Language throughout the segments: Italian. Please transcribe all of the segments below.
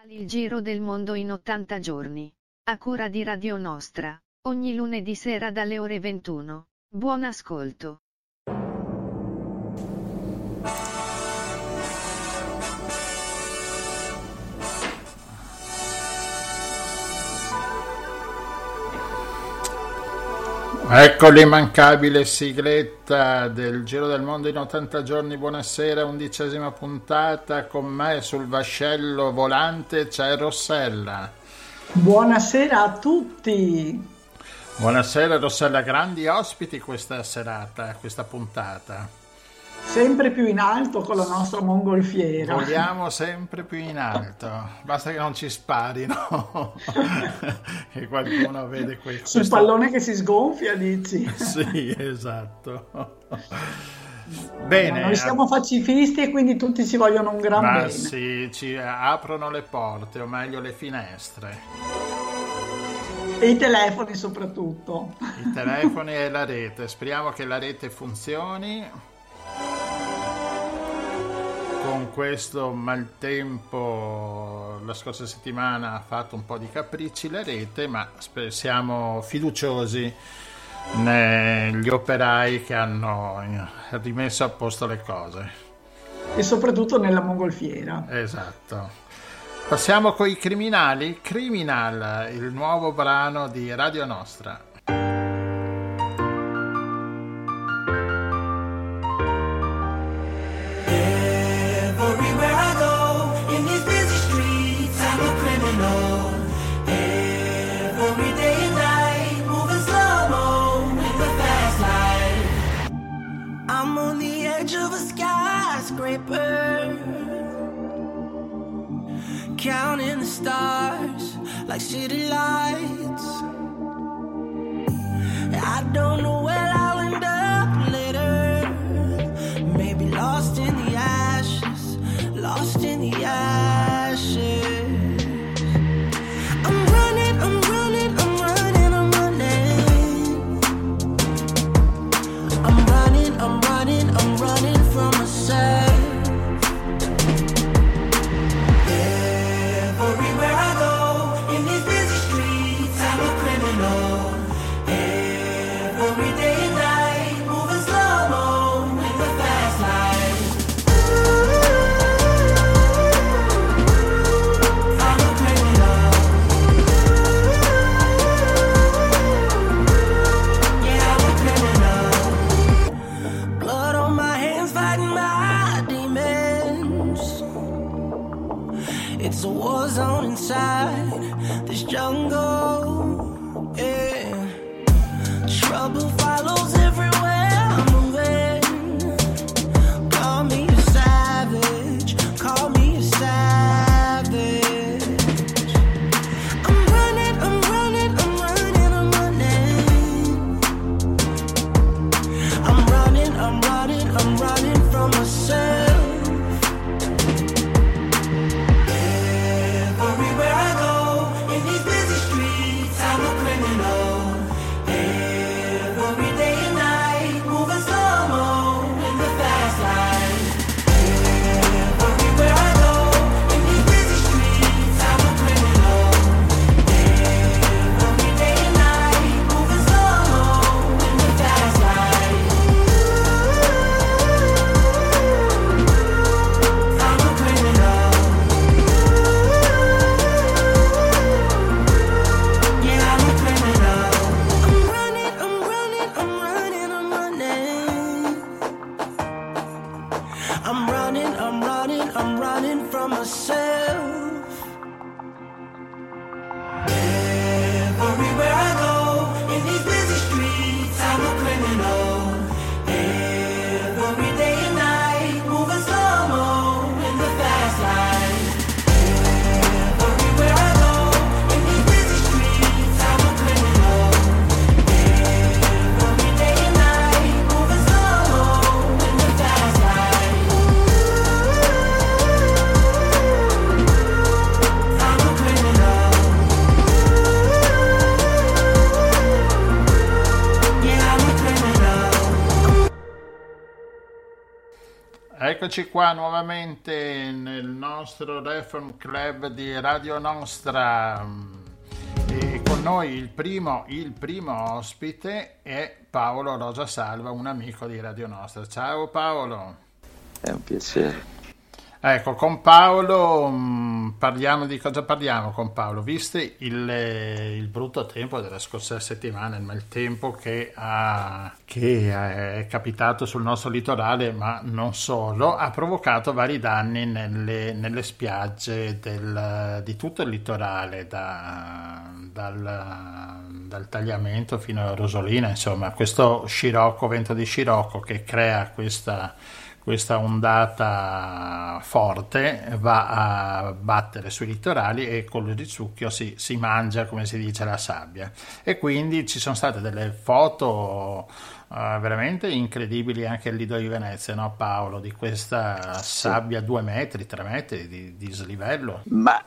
Il giro del mondo in 80 giorni. A cura di Radio Nostra, ogni lunedì sera dalle ore 21. Buon ascolto. Ecco l'immancabile sigletta del Giro del Mondo in 80 giorni. Buonasera, 11ª puntata. Con me sul vascello volante c'è Rossella. Buonasera a tutti. Buonasera Rossella, grandi ospiti questa serata, questa puntata. Sempre più in alto con la nostra mongolfiera. Vogliamo sempre più in alto, basta che non ci sparino, che qualcuno vede questo. Sul pallone che si sgonfia, dici? Sì, esatto. Bene. Noi siamo pacifisti e quindi tutti ci vogliono un gran bene. Sì, ci aprono le porte, o meglio le finestre. E i telefoni soprattutto. I telefoni e la rete, speriamo che la rete funzioni. Con questo maltempo la scorsa settimana ha fatto un po' di capricci la rete, ma siamo fiduciosi negli operai che hanno rimesso a posto le cose. E soprattutto nella mongolfiera. Esatto. Passiamo coi criminali. Criminal, il nuovo brano di Radio Nostra. Counting the stars like city lights. I don't know where I'll end up later. Maybe lost in the ashes, lost in the ashes. I'm running, I'm running, I'm running, I'm running. I'm running, I'm running, I'm running from myself. It's a war zone inside this jungle, yeah. Trouble follows everywhere I'm moving. Call me a savage, call me a savage. I'm running, I'm running, I'm running, I'm running. I'm running, I'm running, I'm running from myself. Every day and night. Eccoci qua nuovamente nel nostro Reform Club di Radio Nostra e con noi il primo ospite è Paolo Rosasalva, un amico di Radio Nostra. Ciao Paolo. È un piacere. Ecco, con Paolo parliamo di cosa parliamo con Paolo? Visto il brutto tempo della scorsa settimana, il maltempo che è capitato sul nostro litorale, ma non solo, ha provocato vari danni nelle spiagge di tutto il litorale, dal Tagliamento fino a Rosolina, insomma, questo vento di scirocco che crea questa ondata forte va a battere sui litorali e con il risucchio si mangia, come si dice, la sabbia, e quindi ci sono state delle foto veramente incredibili anche al Lido di Venezia, no Paolo, di questa sabbia 2 metri, 3 metri di slivello. Ma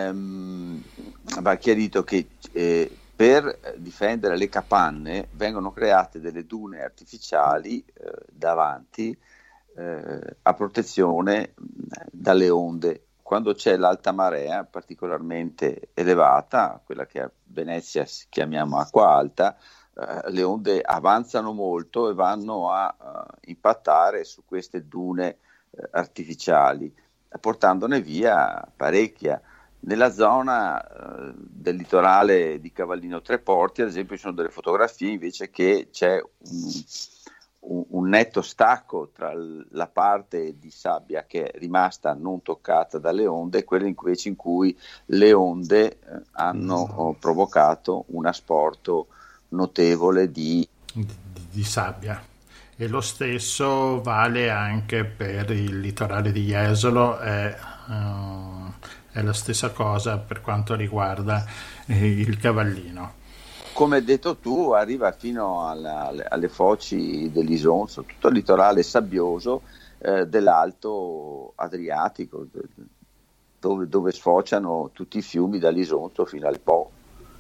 va chiarito che per difendere le capanne vengono create delle dune artificiali davanti a protezione dalle onde. Quando c'è l'alta marea particolarmente elevata, quella che a Venezia chiamiamo acqua alta, le onde avanzano molto e vanno a impattare su queste dune artificiali, portandone via parecchia. Nella zona del litorale di Cavallino Tre Porti, ad esempio, ci sono delle fotografie invece che c'è un netto stacco tra la parte di sabbia che è rimasta non toccata dalle onde e quella invece in cui le onde hanno provocato un asporto notevole di sabbia. E lo stesso vale anche per il litorale di Jesolo, è la stessa cosa per quanto riguarda il Cavallino. Come hai detto tu, arriva fino alle foci dell'Isonzo, tutto il litorale sabbioso dell'Alto Adriatico, dove sfociano tutti i fiumi dall'Isonzo fino al Po.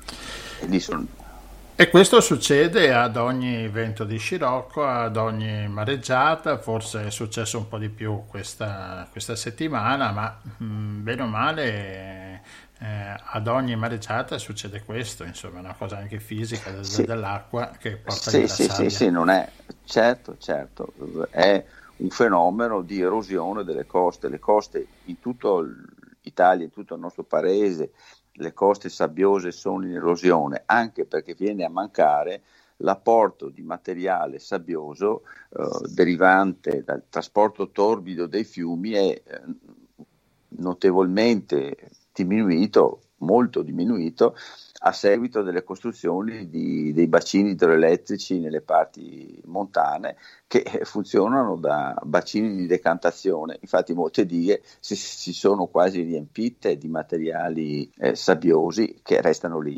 E questo succede ad ogni vento di scirocco, ad ogni mareggiata. Forse è successo un po' di più questa settimana, ma bene o male ad ogni mareggiata succede questo, insomma, è una cosa anche fisica dell'acqua che porta via la sabbia. Sì, non è certo, è un fenomeno di erosione delle coste. Le coste in tutto l'Italia, in tutto il nostro paese, le coste sabbiose sono in erosione, anche perché viene a mancare l'apporto di materiale sabbioso derivante dal trasporto torbido dei fiumi è notevolmente diminuito, molto diminuito, a seguito delle costruzioni dei bacini idroelettrici nelle parti montane che funzionano da bacini di decantazione. Infatti molte dighe si sono quasi riempite di materiali sabbiosi che restano lì.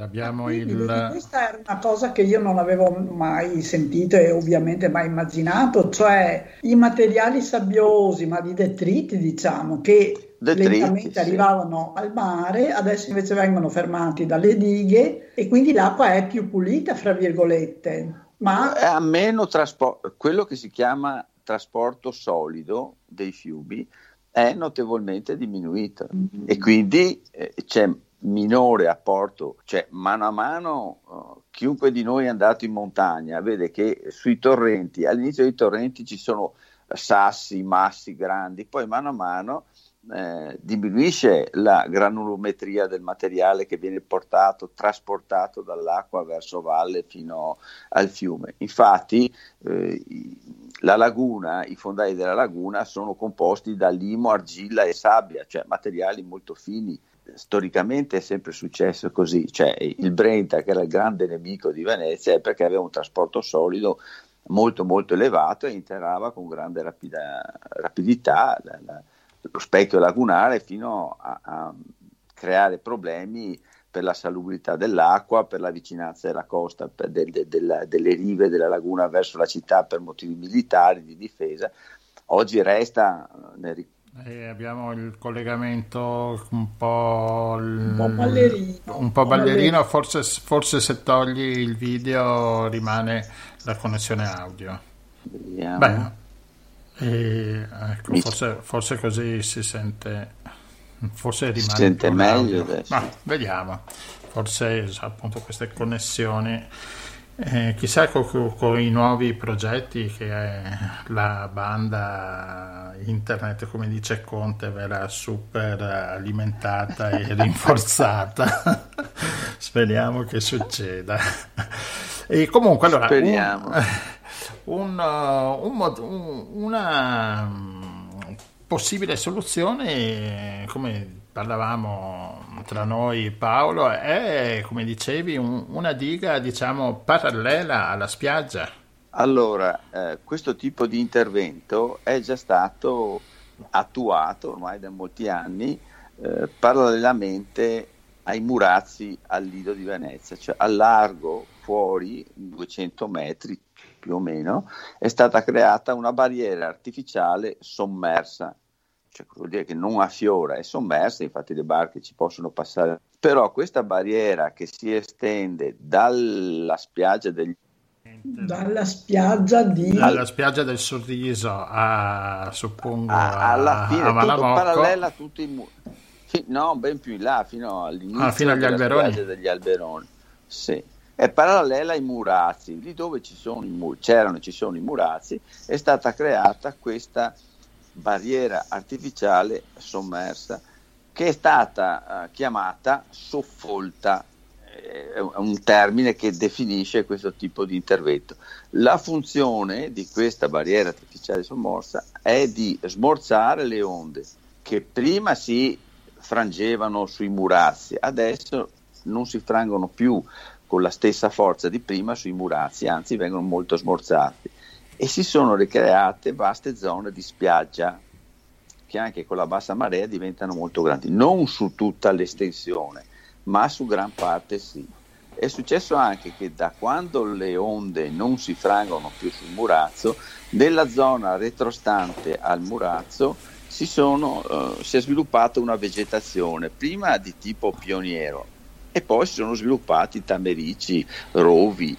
Questa era una cosa che io non avevo mai sentito e ovviamente mai immaginato, cioè i materiali sabbiosi, ma di detriti, diciamo, che lentamente arrivavano al mare, adesso invece vengono fermati dalle dighe e quindi l'acqua è più pulita, fra virgolette. Ma a meno quello che si chiama trasporto solido dei fiumi è notevolmente diminuito e quindi c'è minore apporto, cioè mano a mano chiunque di noi è andato in montagna vede che sui torrenti, all'inizio dei torrenti ci sono sassi, massi grandi, poi mano a mano diminuisce la granulometria del materiale che viene trasportato dall'acqua verso valle fino al fiume. Infatti la laguna, i fondali della laguna sono composti da limo, argilla e sabbia, cioè materiali molto fini. Storicamente è sempre successo così, cioè il Brenta, che era il grande nemico di Venezia, è perché aveva un trasporto solido molto molto elevato e interrava con grande rapidità lo specchio lagunare fino a creare problemi per la salubrità dell'acqua, per la vicinanza della costa, delle rive della laguna verso la città per motivi militari, di difesa. Oggi resta abbiamo il collegamento un po' ballerino. Forse se togli il video rimane la connessione audio. Vediamo. Ecco, forse così si sente, forse rimane si sente meglio adesso. Ma vediamo, forse appunto queste connessioni, chissà con i nuovi progetti che la banda internet, come dice Conte, verrà super alimentata e rinforzata. Speriamo che succeda. E comunque allora speriamo. Una possibile soluzione, come parlavamo tra noi Paolo, è, come dicevi, una diga, diciamo, parallela alla spiaggia. Allora, questo tipo di intervento è già stato attuato ormai da molti anni parallelamente ai murazzi al Lido di Venezia, cioè al largo fuori 200 metri più o meno è stata creata una barriera artificiale sommersa, cioè vuol dire che non affiora, è sommersa, infatti le barche ci possono passare, però questa barriera che si estende dalla spiaggia del Sorriso suppongo alla fine, a tutto parallela a tutti i muri, no, ben più in là, fino all'inizio fino agli alberoni. Spiaggia degli Alberoni, sì. È parallela ai murazzi, lì dove ci sono i murazzi, è stata creata questa barriera artificiale sommersa che è stata chiamata soffolta, è un termine che definisce questo tipo di intervento. La funzione di questa barriera artificiale sommersa è di smorzare le onde che prima si frangevano sui murazzi, adesso non si frangono più con la stessa forza di prima sui murazzi, anzi vengono molto smorzati, e si sono ricreate vaste zone di spiaggia che anche con la bassa marea diventano molto grandi, non su tutta l'estensione, ma su gran parte sì. È successo anche che da quando le onde non si frangono più sul murazzo, nella zona retrostante al murazzo si è sviluppata una vegetazione, prima di tipo pioniero, e poi si sono sviluppati tamerici, rovi,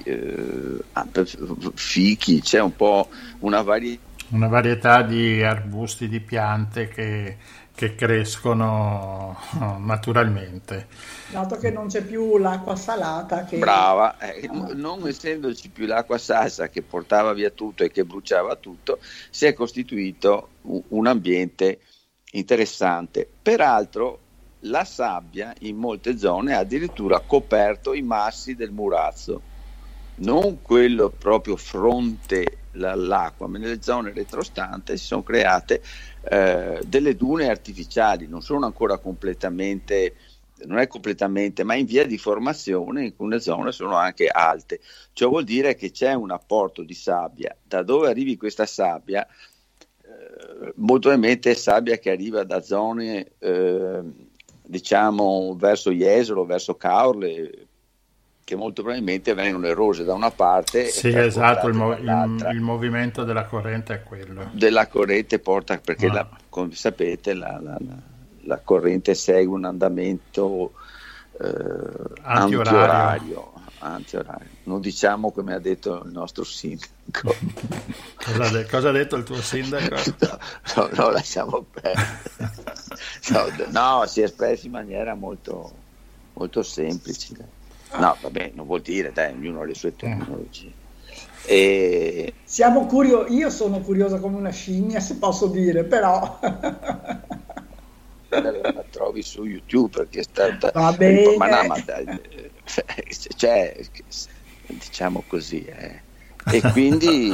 fichi, c'è un po' una varietà di arbusti, di piante che crescono naturalmente. Dato che non c'è più l'acqua salata. Brava, non essendoci più l'acqua salsa che portava via tutto e che bruciava tutto, si è costituito un ambiente interessante. Peraltro la sabbia in molte zone ha addirittura coperto i massi del murazzo, non quello proprio fronte all'acqua, ma nelle zone retrostante si sono create delle dune artificiali, non sono ancora completamente, non è completamente, ma in via di formazione, in alcune zone sono anche alte. Ciò vuol dire che c'è un apporto di sabbia. Da dove arrivi questa sabbia? Molto probabilmente è sabbia che arriva da zone diciamo verso Jesolo, verso Caorle, che molto probabilmente vengono erose da una parte. Sì, esatto, il movimento della corrente è quello. Della corrente porta, perché come sapete la corrente segue un andamento antiorario. Non diciamo come ha detto il nostro sindaco. Cosa ha detto il tuo sindaco? No, lasciamo perdere. No, si è espresso in maniera molto, molto semplice. No, vabbè, non vuol dire, ognuno ha le sue terminologie. Siamo curiosi, io sono curiosa come una scimmia, se posso dire, però la trovi su YouTube, perché è stata, va bene. Cioè, diciamo così, e quindi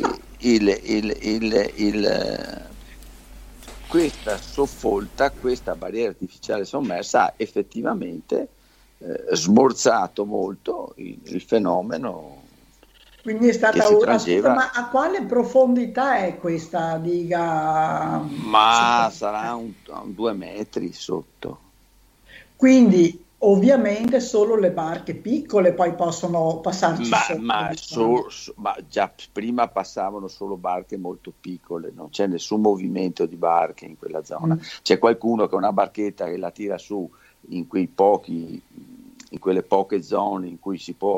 questa soffolta, questa barriera artificiale sommersa ha effettivamente smorzato molto il fenomeno. Quindi è stata ma a quale profondità è questa diga? Ma sarà un 2 metri sotto. Quindi ovviamente solo le barche piccole poi possono passarci ma già prima passavano solo barche molto piccole, non c'è nessun movimento di barche in quella zona. C'è qualcuno che ha una barchetta che la tira su in quelle poche zone in cui si può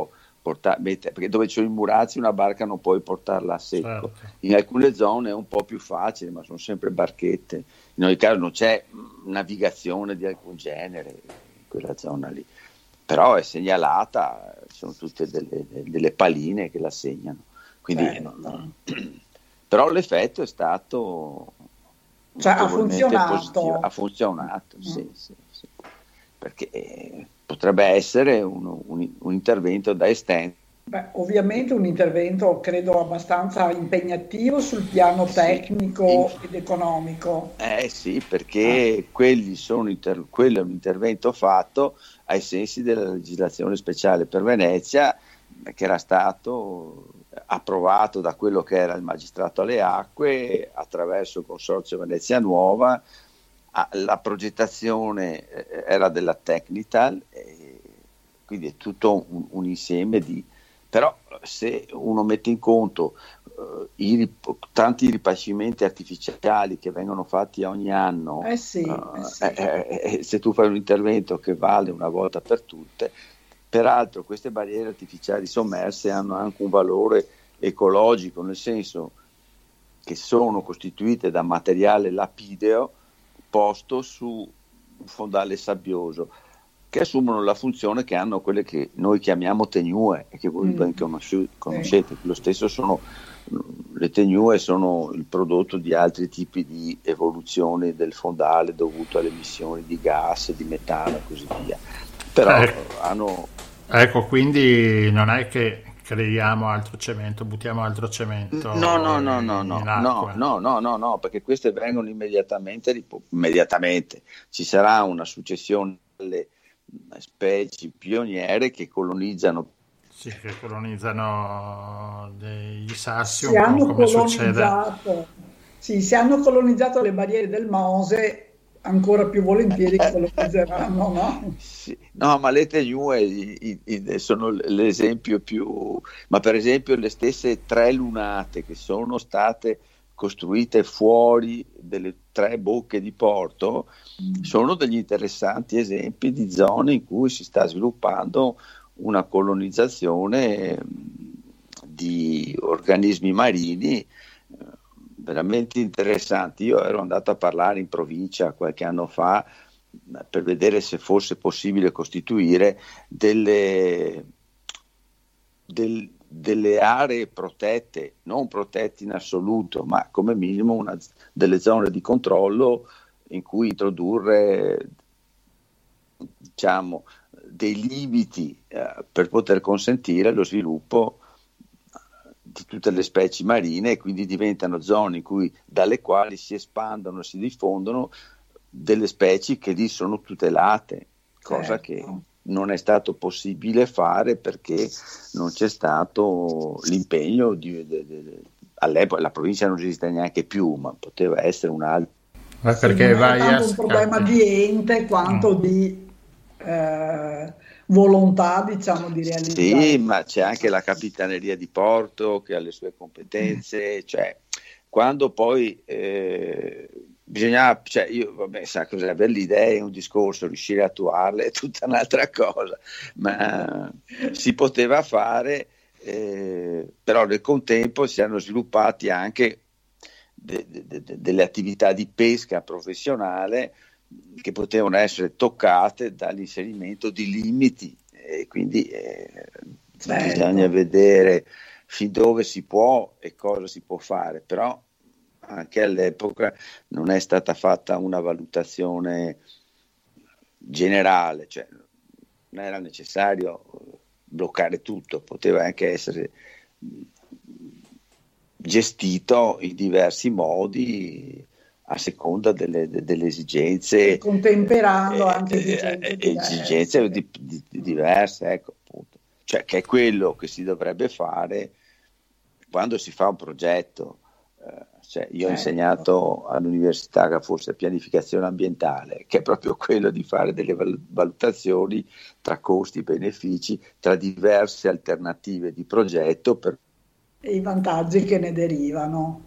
perché dove c'è i murazzi una barca non puoi portarla a secco. Certo. In alcune zone è un po' più facile, ma sono sempre barchette. In ogni caso non c'è navigazione di alcun genere in quella zona lì, però è segnalata, sono tutte delle paline che la segnano, quindi però l'effetto è stato, cioè ha funzionato positivo. Ha funzionato, sì, perché potrebbe essere un intervento da estendere. Beh, ovviamente un intervento credo abbastanza impegnativo sul piano tecnico ed economico. Sì, perché quello è un intervento fatto ai sensi della legislazione speciale per Venezia, che era stato approvato da quello che era il magistrato alle acque attraverso il Consorzio Venezia Nuova. La progettazione era della Tecnital, quindi è tutto un insieme di... Però se uno mette in conto tanti ripascimenti artificiali che vengono fatti ogni anno, se tu fai un intervento che vale una volta per tutte, peraltro queste barriere artificiali sommerse hanno anche un valore ecologico, nel senso che sono costituite da materiale lapideo posto su un fondale sabbioso, che assumono la funzione che hanno quelle che noi chiamiamo tegnue e che voi ben conoscete. Lo stesso le tegnue sono il prodotto di altri tipi di evoluzioni del fondale dovuto alle emissioni di gas, di metano e così via. Però hanno... Ecco, quindi non è che creiamo altro cemento, buttiamo altro cemento in acqua. No, perché queste vengono immediatamente ci sarà una successione delle specie pioniere che colonizzano degli sassi, si hanno colonizzato le barriere del Mose, ancora più volentieri colonizzeranno, no? Sì. No, ma le tegnue sono l'esempio più... Ma per esempio le stesse 3 lunate che sono state costruite fuori delle 3 bocche di porto sono degli interessanti esempi di zone in cui si sta sviluppando una colonizzazione di organismi marini veramente interessanti. Io ero andato a parlare in provincia qualche anno fa per vedere se fosse possibile costituire delle aree protette, non protette in assoluto, ma come minimo delle zone di controllo in cui introdurre, diciamo, dei limiti per poter consentire lo sviluppo di tutte le specie marine, e quindi diventano zone dalle quali si espandono, si diffondono delle specie che lì sono tutelate, cosa che non è stato possibile fare perché non c'è stato l'impegno all'epoca. La provincia non esiste neanche più, ma poteva essere un altro. Perché non è tanto un problema di ente quanto di volontà, diciamo, di realizzare. Sì, ma c'è anche la capitaneria di porto che ha le sue competenze, cioè quando poi bisognava, sa cos'è, avere le idee è un discorso, riuscire a attuarle è tutta un'altra cosa, ma si poteva fare, però nel contempo si hanno sviluppati anche delle attività di pesca professionale che potevano essere toccate dall'inserimento di limiti, e quindi bisogna vedere fin dove si può e cosa si può fare, però anche all'epoca non è stata fatta una valutazione generale, cioè non era necessario bloccare tutto, poteva anche essere gestito in diversi modi a seconda delle esigenze, contemperando anche esigenze diverse, ecco, appunto. Cioè, che è quello che si dovrebbe fare quando si fa un progetto. Cioè, io ho insegnato all'università che forse pianificazione ambientale, che è proprio quello di fare delle valutazioni tra costi e benefici, tra diverse alternative di progetto e i vantaggi che ne derivano.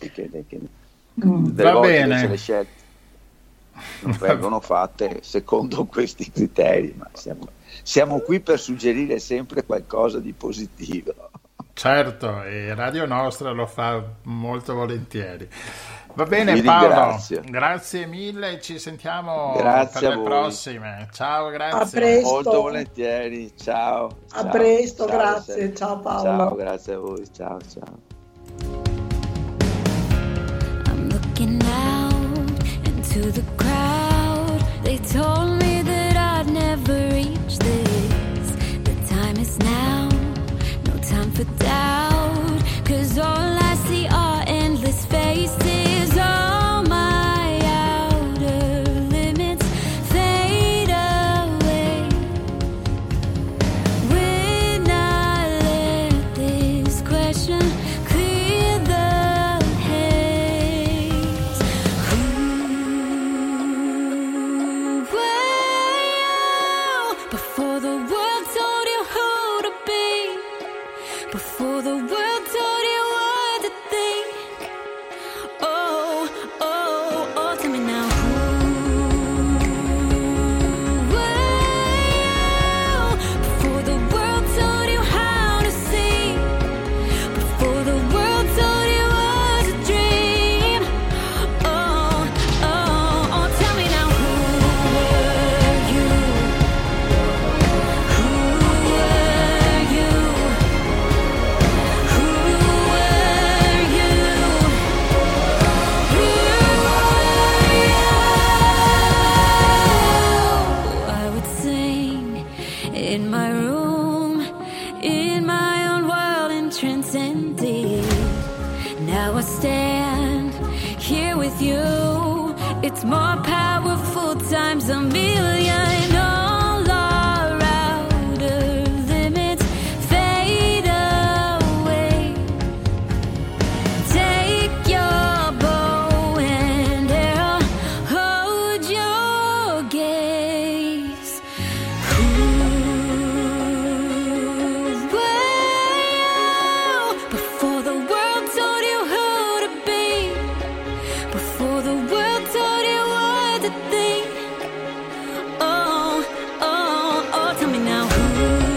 Va bene. Le scelte non vengono fatte secondo questi criteri, ma siamo qui per suggerire sempre qualcosa di positivo. Certo, e Radio Nostra lo fa molto volentieri. Va bene, Vi Paolo, ringrazio. grazie mille, ci sentiamo Grazie per a le voi. prossime. Ciao, A grazie. presto. Molto volentieri, ciao. A ciao, presto, ciao, grazie. Ciao Paolo. Ciao, grazie a voi, ciao. I'm looking out into the crowd. They told me that I'd never reach this. The time is now, no time for doubt. 'Cause all I see are endless faces. All my outer limits fade away when I let this question clear the haze. Who were you before the world told you who to be? Before the world told you what to think? Oh, oh, oh, tell me now. Who were you before the world told you how to see? Before the world told you was a dream? Oh, oh, oh, tell me now. Who were you? Who were you? Who were you? Who were you? I would sing in my room, in my own world and transcended. Now I stand here with you. It's more powerful times a million. All our outer limits fade away. Take your bow and arrow, hold your gaze. Who were you before the world told you who to be? Before the world told you what to think? Oh, oh, oh, tell me now. Who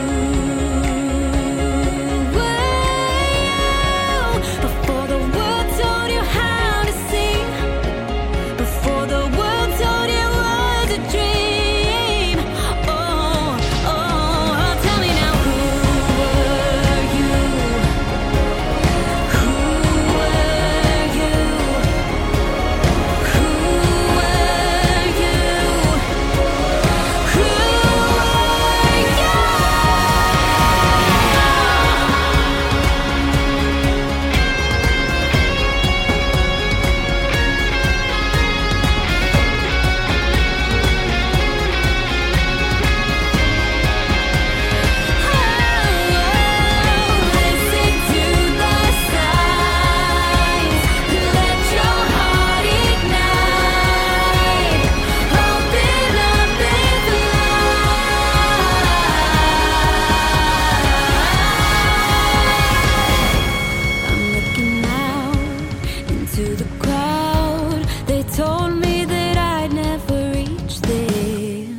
were you before the world told you how to sing? Before the world told you what to dream? Oh, oh, oh, tell me now. Who were you? Who were you? Who were you? Who were you? Listen to the signs. Let your heart ignite. Open up and fly. I'm looking out into the crowd. They told me that I'd never reach this.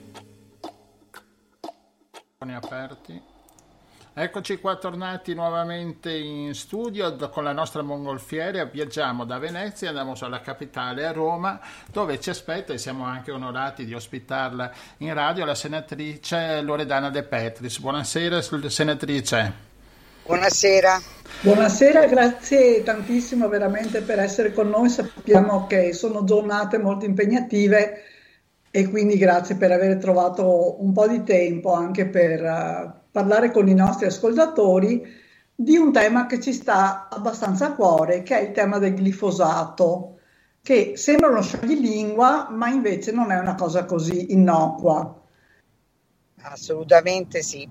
Aperti. Eccoci qua tornati nuovamente in studio con la nostra mongolfiera. Viaggiamo da Venezia, andiamo sulla capitale a Roma, dove ci aspetta, e siamo anche onorati di ospitarla in radio, la senatrice Loredana De Petris. Buonasera senatrice. Buonasera. Buonasera, grazie tantissimo veramente per essere con noi. Sappiamo che sono giornate molto impegnative e quindi grazie per aver trovato un po' di tempo anche per parlare con i nostri ascoltatori di un tema che ci sta abbastanza a cuore, che è il tema del glifosato, che sembra uno scioglilingua, ma invece non è una cosa così innocua. Assolutamente sì.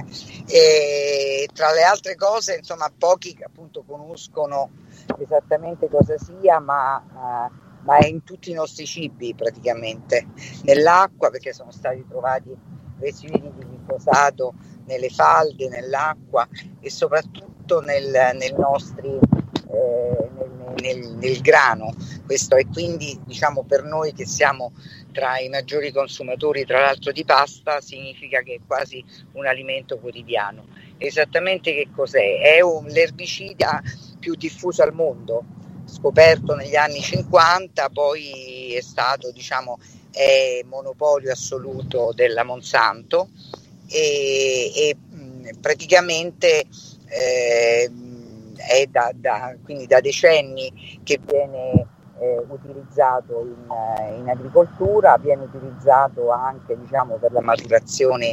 E tra le altre cose, insomma, pochi appunto conoscono esattamente cosa sia, ma è in tutti i nostri cibi praticamente, nell'acqua, perché sono stati trovati residui di glifosato nelle falde, nell'acqua e soprattutto nei nostri nel grano. Questo è quindi, diciamo, per noi che siamo tra i maggiori consumatori, tra l'altro, di pasta, significa che è quasi un alimento quotidiano. Esattamente che cos'è? È l'erbicida più diffuso al mondo, scoperto negli anni 50, poi è stato, diciamo, è monopolio assoluto della Monsanto e praticamente è quindi da decenni che viene utilizzato in agricoltura, viene utilizzato anche, diciamo, per la maturazione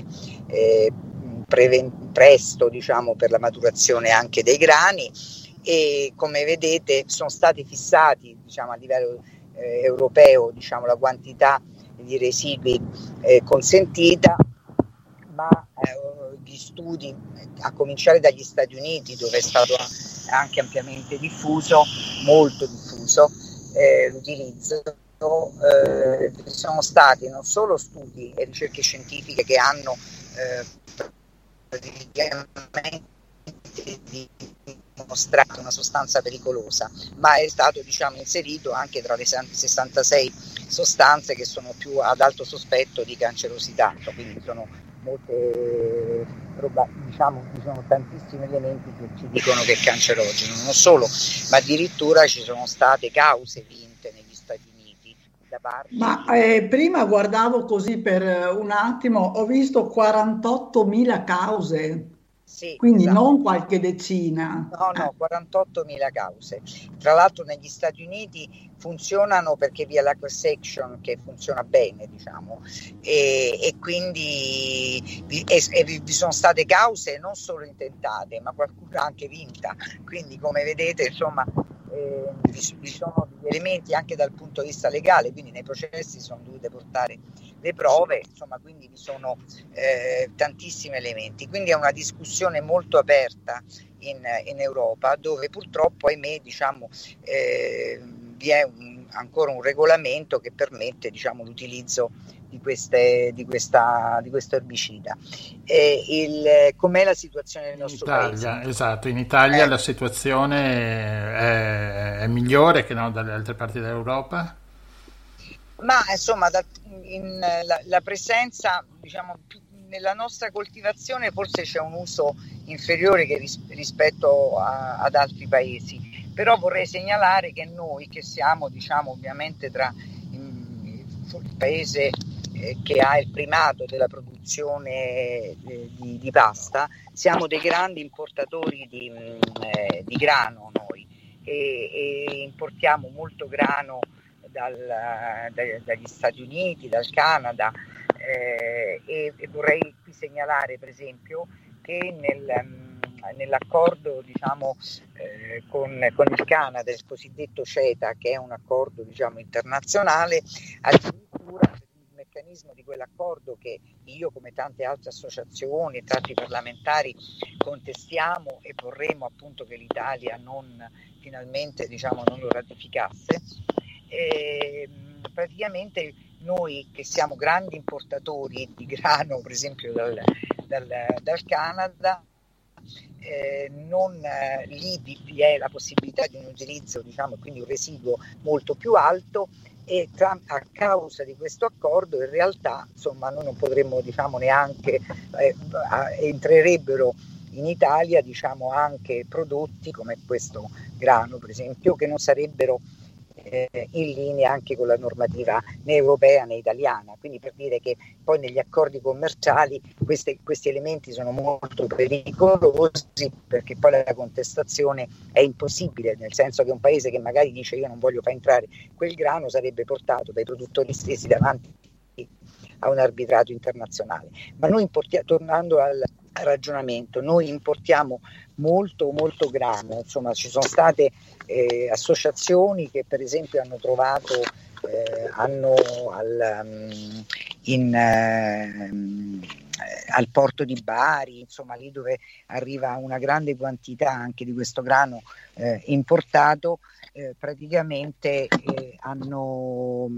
presto, diciamo, per la maturazione anche dei grani, e come vedete sono stati fissati, diciamo, a livello europeo, diciamo, la quantità di residui consentita, ma gli studi, a cominciare dagli Stati Uniti, dove è stato anche ampiamente diffuso, molto diffuso l'utilizzo, sono stati non solo studi e ricerche scientifiche che hanno praticamente dimostrato una sostanza pericolosa, ma è stato, diciamo, inserito anche tra le 66 sostanze che sono più ad alto sospetto di cancerosità, quindi sono molte, diciamo, ci sono tantissimi elementi che ci dicono che è cancerogeno, non solo, ma addirittura ci sono state cause vinte negli Stati Uniti da parte. Ma prima guardavo così per un attimo, ho visto 48.000 cause. Sì, quindi esatto. Non qualche decina. No, 48.000 cause. Tra l'altro negli Stati Uniti funzionano perché vi è la class action che funziona bene, diciamo, e quindi vi sono state cause non solo intentate, ma qualcuna anche vinta. Quindi, come vedete, insomma, vi sono degli elementi anche dal punto di vista legale, quindi nei processi sono dovute portare le prove, insomma, quindi vi sono tantissimi elementi. Quindi è una discussione molto aperta in Europa, dove purtroppo, ahimè, diciamo, vi è ancora un regolamento che permette, diciamo, l'utilizzo di questo erbicida. Com'è la situazione nel nostro paese? Esatto, in Italia la situazione è migliore che no dalle altre parti dell'Europa? Ma insomma, la presenza, diciamo, nella nostra coltivazione forse c'è un uso inferiore che rispetto ad altri paesi, però vorrei segnalare che noi, che siamo, diciamo, ovviamente tra il paese che ha il primato della produzione di pasta, siamo dei grandi importatori di grano noi, e importiamo molto grano dagli Stati Uniti, dal Canada, e vorrei qui segnalare, per esempio, che nell'accordo, diciamo, con il Canada, il cosiddetto CETA, che è un accordo, diciamo, internazionale, addirittura il meccanismo di quell'accordo, che io, come tante altre associazioni e tanti parlamentari, contestiamo e vorremmo appunto che l'Italia finalmente, diciamo, non lo ratificasse. Praticamente noi, che siamo grandi importatori di grano, per esempio dal Canada, lì vi è la possibilità di un utilizzo, diciamo, quindi un residuo molto più alto, e a causa di questo accordo, in realtà, insomma, noi non potremmo, diciamo, neanche entrerebbero in Italia, diciamo, anche prodotti come questo grano, per esempio, che non sarebbero in linea anche con la normativa né europea né italiana. Quindi, per dire che poi negli accordi commerciali questi elementi sono molto pericolosi, perché poi la contestazione è impossibile, nel senso che un paese che magari dice io non voglio far entrare quel grano sarebbe portato dai produttori stessi davanti a un arbitrato internazionale. Ma noi tornando al ragionamento, noi importiamo molto grano, insomma ci sono state associazioni che per esempio hanno trovato al porto di Bari, insomma lì dove arriva una grande quantità anche di questo grano importato, praticamente hanno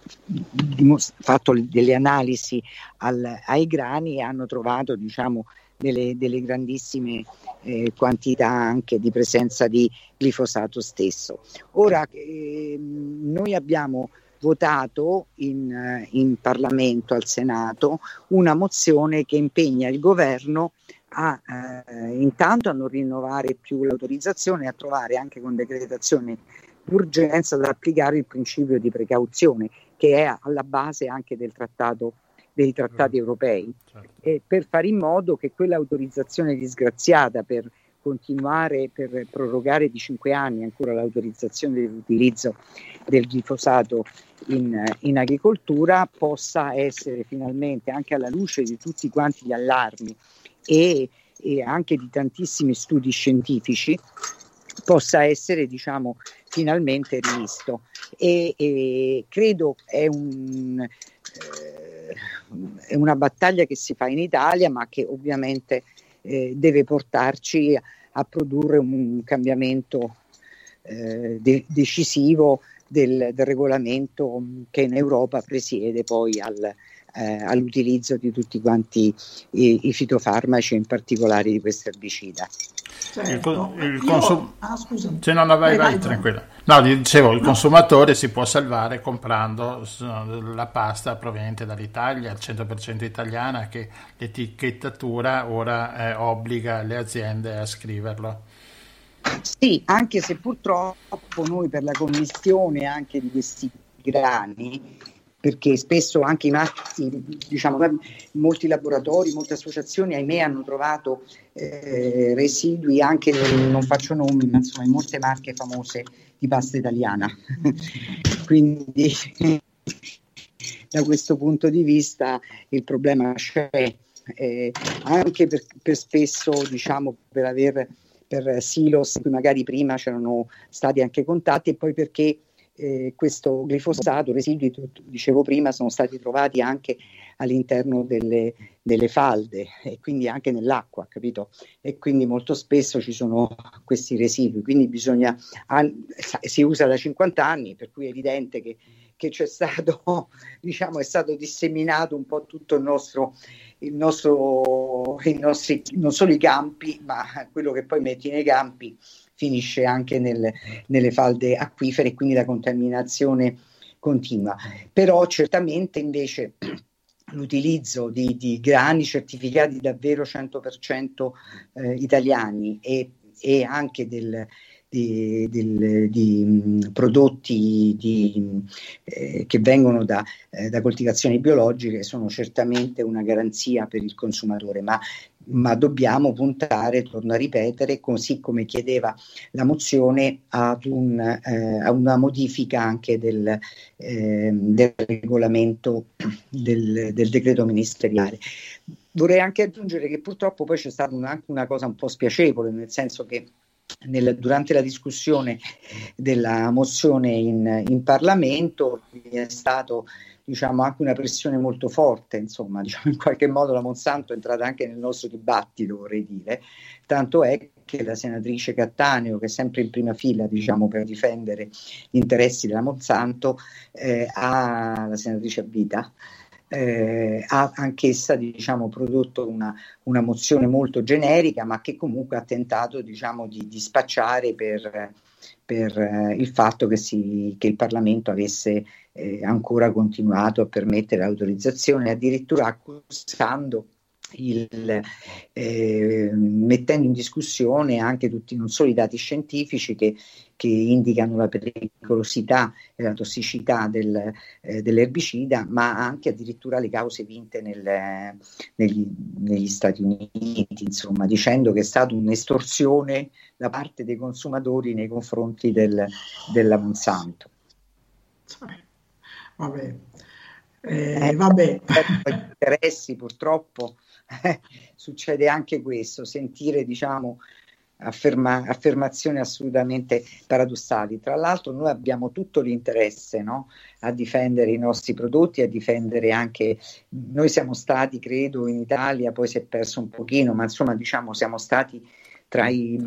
fatto delle analisi ai grani e hanno trovato, diciamo, delle grandissime quantità anche di presenza di glifosato stesso. Ora noi abbiamo votato in Parlamento, al Senato, una mozione che impegna il governo intanto a non rinnovare più l'autorizzazione, a trovare anche con decretazione d'urgenza da applicare il principio di precauzione che è alla base anche dei trattati europei, per fare in modo che quell'autorizzazione disgraziata per continuare, per prorogare di 5 anni ancora l'autorizzazione dell'utilizzo del glifosato in agricoltura possa essere finalmente, anche alla luce di tutti quanti gli allarmi e anche di tantissimi studi scientifici, possa essere finalmente rivisto e credo è una battaglia che si fa in Italia, ma che ovviamente deve portarci a produrre un cambiamento decisivo del regolamento che in Europa presiede poi all'utilizzo di tutti quanti i fitofarmaci, in particolare di questo erbicida. Certo. Scusa. Se non vai tranquillo. No, dicevo, il consumatore si può salvare comprando la pasta proveniente dall'Italia, al 100% italiana, che l'etichettatura ora obbliga le aziende a scriverlo. Sì, anche se purtroppo noi per la commistione anche di questi grani, perché spesso anche i marchi, molti laboratori, molte associazioni, ahimè, hanno trovato residui anche, non faccio nomi, ma insomma in molte marche famose di pasta italiana. Quindi da questo punto di vista il problema c'è, anche per spesso, per silos, cui magari prima c'erano stati anche contatti, e poi perché questo glifosato, residui, dicevo prima, sono stati trovati anche all'interno delle falde e quindi anche nell'acqua, capito? E quindi molto spesso ci sono questi residui, quindi si usa da 50 anni, per cui è evidente che c'è stato, è stato disseminato un po' tutto i nostri, non solo i campi, ma quello che poi metti nei campi finisce anche nelle falde acquifere, e quindi la contaminazione continua. Però certamente invece l'utilizzo di grani certificati davvero 100% italiani e anche di prodotti che vengono da coltivazioni biologiche sono certamente una garanzia per il consumatore, ma dobbiamo puntare, torno a ripetere, così come chiedeva la mozione, a una modifica anche del regolamento del decreto ministeriale. Vorrei anche aggiungere che purtroppo poi c'è stata anche una cosa un po' spiacevole, nel senso che durante la discussione della mozione in Parlamento è stato anche una pressione molto forte, insomma, in qualche modo la Monsanto è entrata anche nel nostro dibattito, vorrei dire, tanto è che la senatrice Cattaneo, che è sempre in prima fila per difendere gli interessi della Monsanto, la senatrice a vita, ha anch'essa prodotto una mozione molto generica, ma che comunque ha tentato di spacciare per il fatto che il Parlamento avesse ancora continuato a permettere l'autorizzazione, addirittura accusando mettendo in discussione anche tutti, non solo i dati scientifici che indicano la pericolosità e la tossicità dell'erbicida, ma anche addirittura le cause vinte negli Stati Uniti, insomma, dicendo che è stata un'estorsione da parte dei consumatori nei confronti della Monsanto. Vabbè. Interessi, purtroppo succede anche questo, sentire affermazioni assolutamente paradossali. Tra l'altro noi abbiamo tutto l'interesse, no? A difendere i nostri prodotti, a difendere anche, noi siamo stati, credo, in Italia, poi si è perso un pochino, ma insomma siamo stati tra i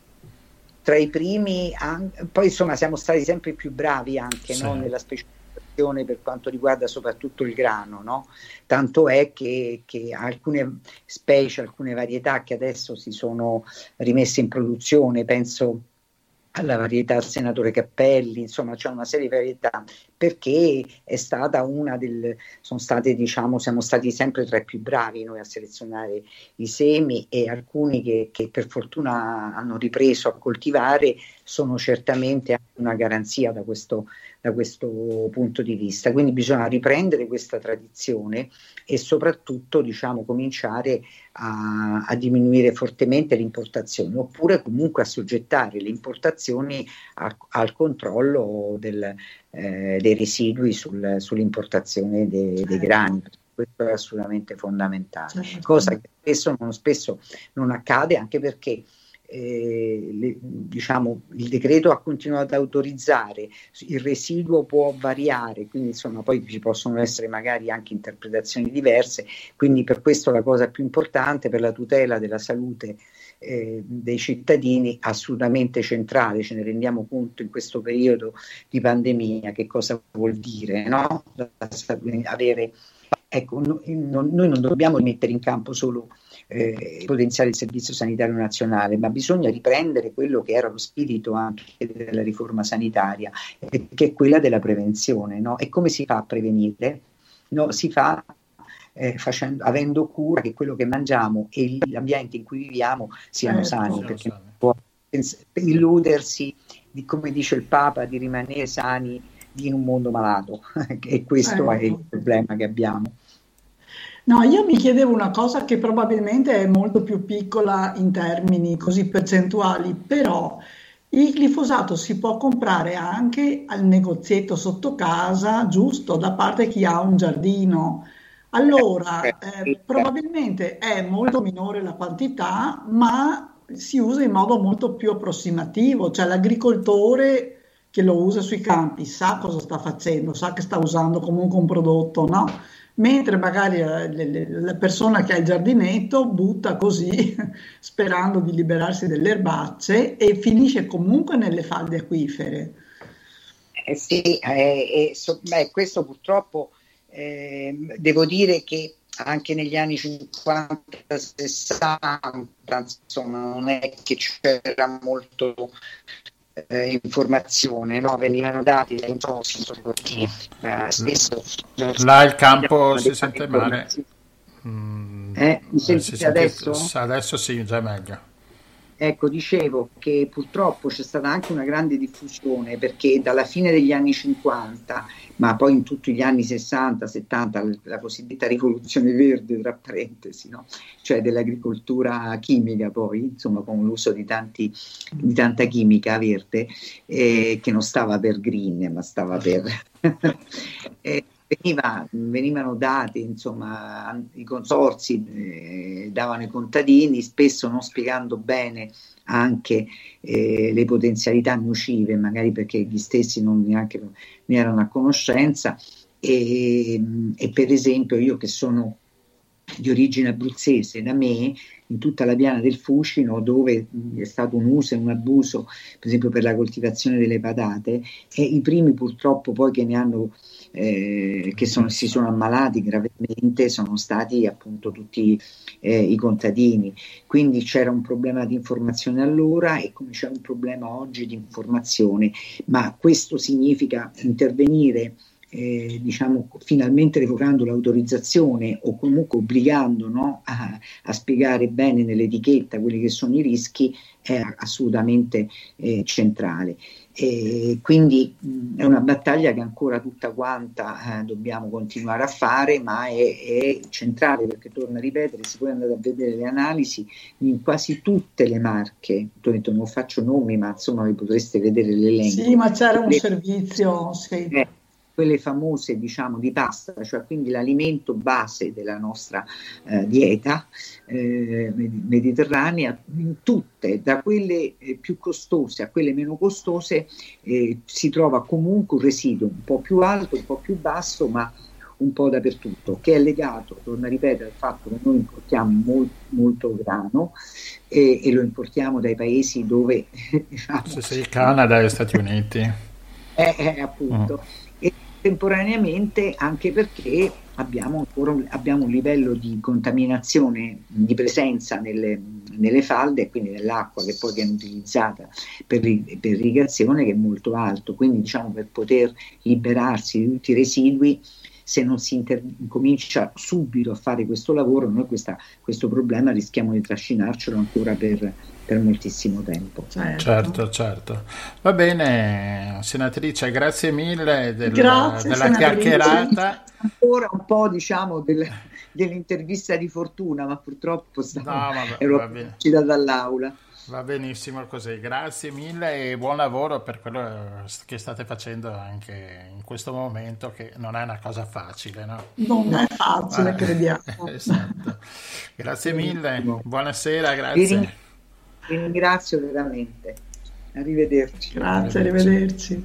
primi, poi insomma siamo stati sempre più bravi anche, sì, no? Nella specificazione per quanto riguarda soprattutto il grano, no? Tanto è che alcune specie, alcune varietà che adesso si sono rimesse in produzione, penso alla varietà Senatore Cappelli, insomma c'è una serie di varietà, perché è stata siamo stati sempre tra i più bravi noi a selezionare i semi, e alcuni che per fortuna hanno ripreso a coltivare sono certamente anche una garanzia da questo punto di vista. Quindi bisogna riprendere questa tradizione e soprattutto cominciare a diminuire fortemente le importazioni, oppure comunque a soggettare le importazioni al controllo dei residui sull'importazione dei grani. Questo è assolutamente fondamentale, cosa che spesso non accade, anche perché il decreto ha continuato ad autorizzare, il residuo può variare, quindi insomma poi ci possono essere magari anche interpretazioni diverse, quindi per questo la cosa più importante, per la tutela della salute dei cittadini, assolutamente centrale, ce ne rendiamo conto in questo periodo di pandemia che cosa vuol dire, no? Avere, ecco, noi non dobbiamo mettere in campo solo potenziare il Servizio Sanitario Nazionale, ma bisogna riprendere quello che era lo spirito anche della riforma sanitaria, che è quella della prevenzione, no? E come si fa a prevenire? No, si fa avendo cura che quello che mangiamo e gli ambienti in cui viviamo siano sani, perché non può illudersi, come dice il Papa, di rimanere sani in un mondo malato, e questo è il problema che abbiamo. No, io mi chiedevo una cosa che probabilmente è molto più piccola in termini così percentuali, però il glifosato si può comprare anche al negozietto sotto casa, giusto, da parte di chi ha un giardino. Allora, probabilmente è molto minore la quantità, ma si usa in modo molto più approssimativo, cioè l'agricoltore che lo usa sui campi sa cosa sta facendo, sa che sta usando comunque un prodotto, no? Mentre magari la persona che ha il giardinetto butta così sperando di liberarsi delle erbacce e finisce comunque nelle falde acquifere. Questo purtroppo devo dire che anche negli anni 50-60 insomma non è che c'era molto informazione, no? Venivano dati spesso là il campo si sente male. Mi sentite adesso? Adesso sì, già meglio. Ecco, dicevo che purtroppo c'è stata anche una grande diffusione, perché dalla fine degli anni 50, ma poi in tutti gli anni 60-70, la cosiddetta rivoluzione verde, tra parentesi, no? Cioè dell'agricoltura chimica, poi insomma con l'uso di tanta chimica verde, che non stava per green, ma stava per venivano dati, insomma, i consorzi davano i contadini, spesso non spiegando bene anche le potenzialità nocive, magari perché gli stessi non neanche ne erano a conoscenza, e per esempio io che sono di origine abruzzese, da me in tutta la piana del Fucino, dove è stato un uso e un abuso per esempio per la coltivazione delle patate, e i primi purtroppo poi che ne hanno si sono ammalati gravemente sono stati appunto tutti i contadini. Quindi c'era un problema di informazione allora, e come c'è un problema oggi di informazione, ma questo significa intervenire finalmente revocando l'autorizzazione, o comunque obbligando, no, a spiegare bene nell'etichetta quelli che sono i rischi, è assolutamente centrale. Quindi è una battaglia che ancora tutta quanta dobbiamo continuare a fare, ma è centrale, perché, torno a ripetere, si può andare a vedere le analisi in quasi tutte le marche. Ho detto, non faccio nomi, ma insomma vi potreste vedere l'elenco. Sì, ma c'era un servizio, sì. Quelle famose, diciamo, di pasta, cioè quindi l'alimento base della nostra dieta mediterranea, in tutte, da quelle più costose a quelle meno costose, si trova comunque un residuo un po' più alto, un po' più basso, ma un po' dappertutto, che è legato, torno a ripetere, al fatto che noi importiamo molto grano, e lo importiamo dai paesi dove Canada e Stati Uniti, appunto. temporaneamente, anche perché abbiamo un livello di contaminazione, di presenza nelle falde e quindi nell'acqua che poi viene utilizzata per irrigazione, che è molto alto. Quindi diciamo, per poter liberarsi di tutti i residui, se non si comincia subito a fare questo lavoro, noi questo problema rischiamo di trascinarcelo ancora per moltissimo tempo. Certo. Va bene, senatrice, grazie mille Grazie, della senatrice. chiacchierata. Ancora un po', diciamo, dell'intervista di fortuna, ma purtroppo ero uscita dall'aula. Va benissimo così, grazie mille e buon lavoro per quello che state facendo anche in questo momento, che non è una cosa facile, no? Non è facile, crediamo. Esatto. Grazie mille, buonasera, grazie. Vi ringrazio veramente. Arrivederci. Grazie, arrivederci.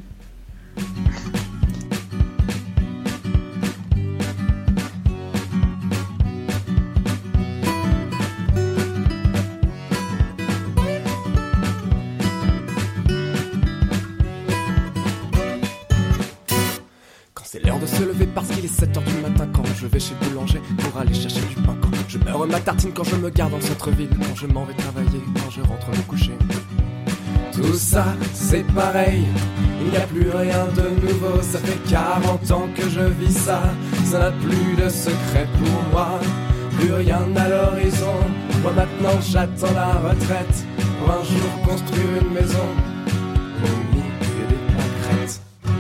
C'est l'heure de se lever parce qu'il est 7h du matin quand je vais chez le boulanger pour aller chercher du pain. Quand je beurre ma tartine, quand je me garde dans le centre-ville, quand je m'en vais travailler, quand je rentre me coucher. Tout ça, c'est pareil, il n'y a plus rien de nouveau. Ça fait 40 ans que je vis ça, ça n'a plus de secret pour moi. Plus rien à l'horizon, moi maintenant j'attends la retraite pour un jour construire une maison au milieu des pâquerettes.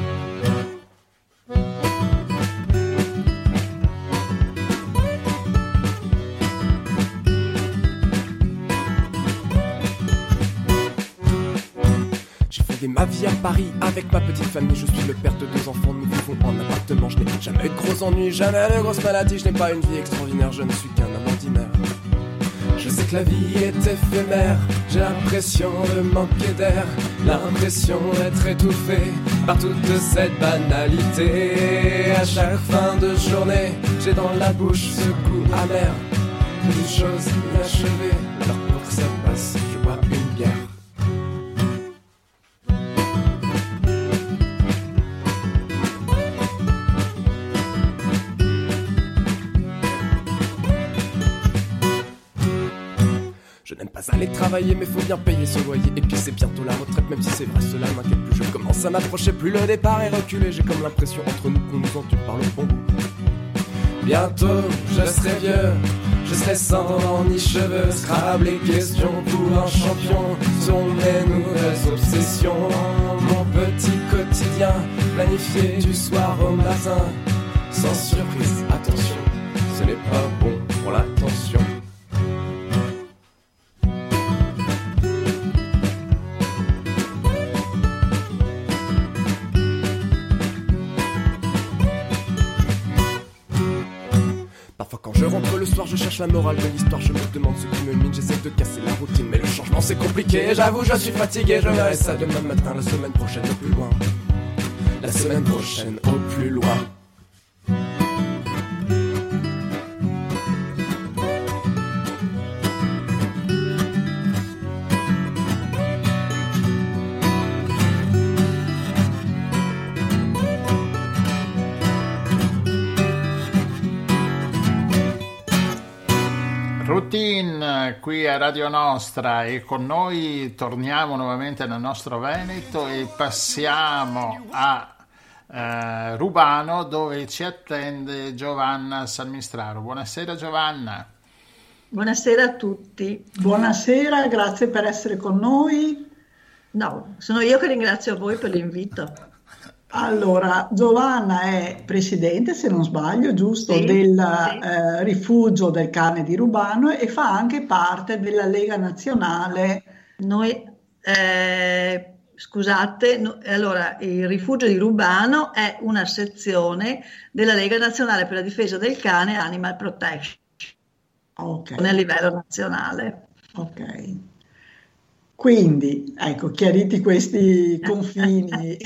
Ma vie à Paris avec ma petite famille, je suis le père de 2 enfants, nous vivons en appartement, je n'ai jamais de gros ennuis, jamais de grosses maladies, je n'ai pas une vie extraordinaire, je ne suis qu'un homme ordinaire. Je sais que la vie est éphémère, j'ai l'impression de manquer d'air, l'impression d'être étouffé par toute cette banalité. À chaque fin de journée, j'ai dans la bouche ce goût amer, une chose inachevée, alors pour que ça passe, je bois une bière. Je n'aime pas aller travailler mais faut bien payer son loyer. Et puis c'est bientôt la retraite, même si c'est vrai cela m'inquiète plus. Je commence à m'approcher, plus le départ est reculé. J'ai comme l'impression entre nous qu'on nous entend par le bon bout. Bientôt je serai vieux, je serai sans dents ni cheveux. Scrabble les questions pour un champion sont mes nouvelles obsessions. Mon petit quotidien planifié du soir au matin. Sans surprise, attention, ce n'est pas bon pour l'attention. Parfois quand je rentre le soir, je cherche la morale de l'histoire. Je me demande ce qui me mine, j'essaie de casser la routine. Mais le changement c'est compliqué, j'avoue je suis fatigué. Je verrai ça demain matin, la semaine prochaine au plus loin. La semaine prochaine au plus loin. Routine qui a Radio Nostra e con noi torniamo nuovamente nel nostro Veneto e passiamo a Rubano, dove ci attende Giovanna Salmistraro. Buonasera Giovanna. Buonasera a tutti. Buonasera, grazie per essere con noi. No, sono io che ringrazio voi per l'invito. Allora, Giovanna è presidente, se non sbaglio, giusto, Sì, del sì. rifugio del cane di Rubano e fa anche parte della Lega Nazionale. Noi, scusate, allora il rifugio di Rubano è una sezione della Lega Nazionale per la difesa del cane Animal Protection Ok, a livello nazionale. ok. Quindi, ecco, chiariti questi confini.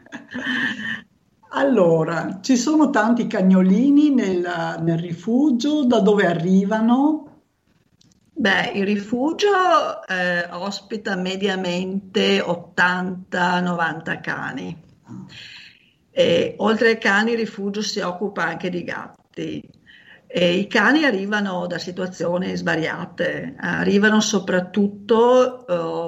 Allora, ci sono tanti cagnolini nel rifugio, da dove arrivano? Beh, il rifugio ospita mediamente 80-90 cani. E, oltre ai cani, il rifugio si occupa anche di gatti. E i cani arrivano da situazioni svariate, arrivano soprattutto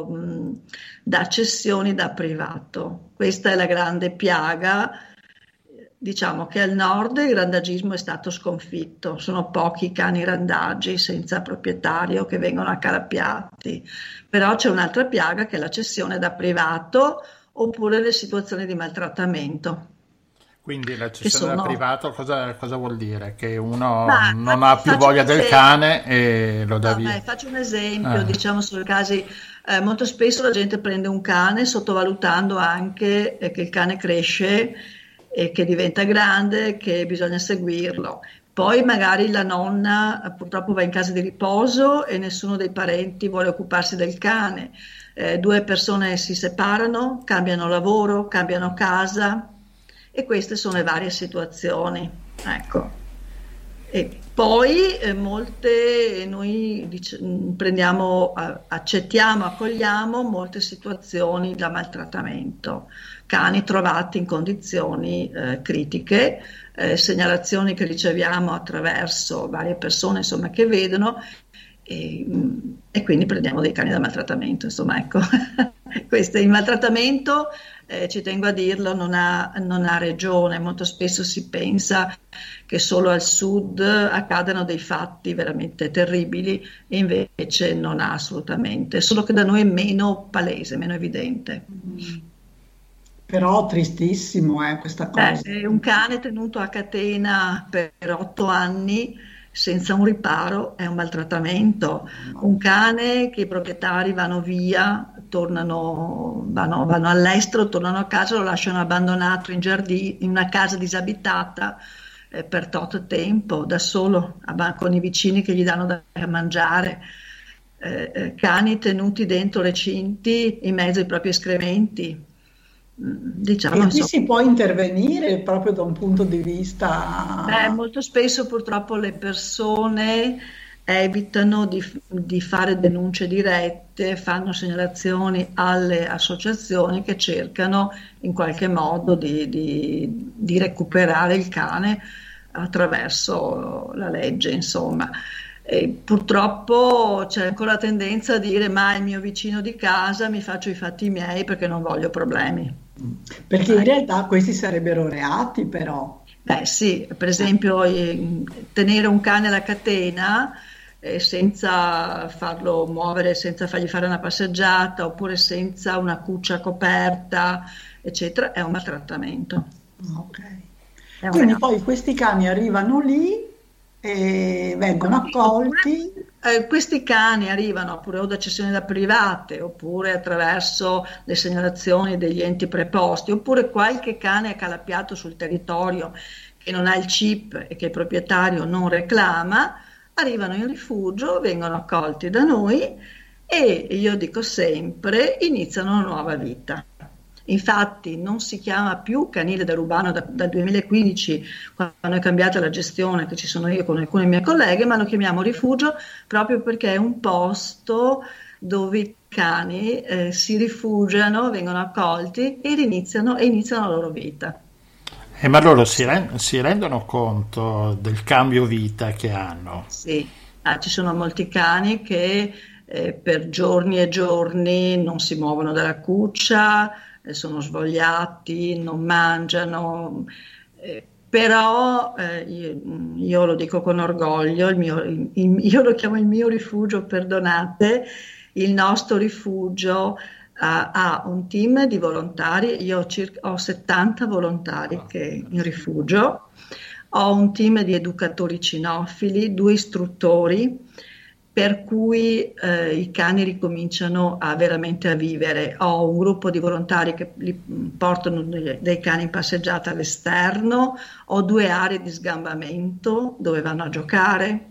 da cessioni da privato. Questa è la grande piaga. Diciamo che al nord il randagismo è stato sconfitto, sono pochi i cani randagi senza proprietario che vengono accalappiati, però c'è un'altra piaga che è la cessione da privato oppure le situazioni di maltrattamento. Quindi la cessione da privato cosa vuol dire? Che uno Ma non ha più voglia del cane e lo dà via? Faccio un esempio, diciamo sui casi, molto spesso la gente prende un cane sottovalutando anche che il cane cresce e che diventa grande, che bisogna seguirlo. Poi magari la nonna purtroppo va in casa di riposo e nessuno dei parenti vuole occuparsi del cane. Due persone si separano, cambiano lavoro, cambiano casa. E queste sono le varie situazioni, ecco. E poi molte noi accettiamo, accogliamo molte situazioni da maltrattamento, cani trovati in condizioni critiche, segnalazioni che riceviamo attraverso varie persone, insomma, che vedono e quindi prendiamo dei cani da maltrattamento, insomma, ecco. Il maltrattamento, ci tengo a dirlo, non ha regione. Molto spesso si pensa che solo al sud accadano dei fatti veramente terribili e invece non ha assolutamente, solo che da noi è meno palese, meno evidente. Però tristissimo questa cosa. Un cane tenuto a catena per 8 anni senza un riparo è un maltrattamento. Un cane che i proprietari vanno via, vanno all'estero, tornano a casa, lo lasciano abbandonato in giardino, in una casa disabitata per tot tempo, da solo, con i vicini che gli danno da mangiare. Cani tenuti dentro recinti in mezzo ai propri escrementi. Diciamo, e qui si può intervenire proprio da un punto di vista... molto spesso purtroppo le persone evitano di fare denunce dirette, fanno segnalazioni alle associazioni che cercano in qualche modo di recuperare il cane attraverso la legge, insomma. E purtroppo c'è ancora la tendenza a dire: ma è il mio vicino di casa, mi faccio i fatti miei perché non voglio problemi. Perché in realtà questi sarebbero reati, però. Sì, per esempio tenere un cane alla catena senza farlo muovere, senza fargli fare una passeggiata, oppure senza una cuccia coperta, eccetera, è un maltrattamento. Ok. Quindi poi questi cani arrivano lì e vengono accolti. Questi cani arrivano oppure o da cessioni da private, oppure attraverso le segnalazioni degli enti preposti, oppure qualche cane accalappiato sul territorio che non ha il chip e che il proprietario non reclama, arrivano in rifugio, vengono accolti da noi e, io dico sempre, iniziano una nuova vita. Infatti non si chiama più canile dell'urbano dal 2015, quando è cambiata la gestione, che ci sono io con alcune mie colleghe, ma lo chiamiamo rifugio proprio perché è un posto dove i cani si rifugiano, vengono accolti e iniziano la loro vita. Ma loro si rendono conto del cambio vita che hanno? Sì, ci sono molti cani che per giorni e giorni non si muovono dalla cuccia, sono svogliati, non mangiano, però io lo dico con orgoglio, io lo chiamo il mio rifugio, perdonate, il nostro rifugio ha un team di volontari, io ho 70 volontari che in rifugio, ho un team di educatori cinofili, 2 istruttori, per cui i cani ricominciano veramente a vivere. Ho un gruppo di volontari che li portano dei cani in passeggiata all'esterno, ho 2 aree di sgambamento dove vanno a giocare.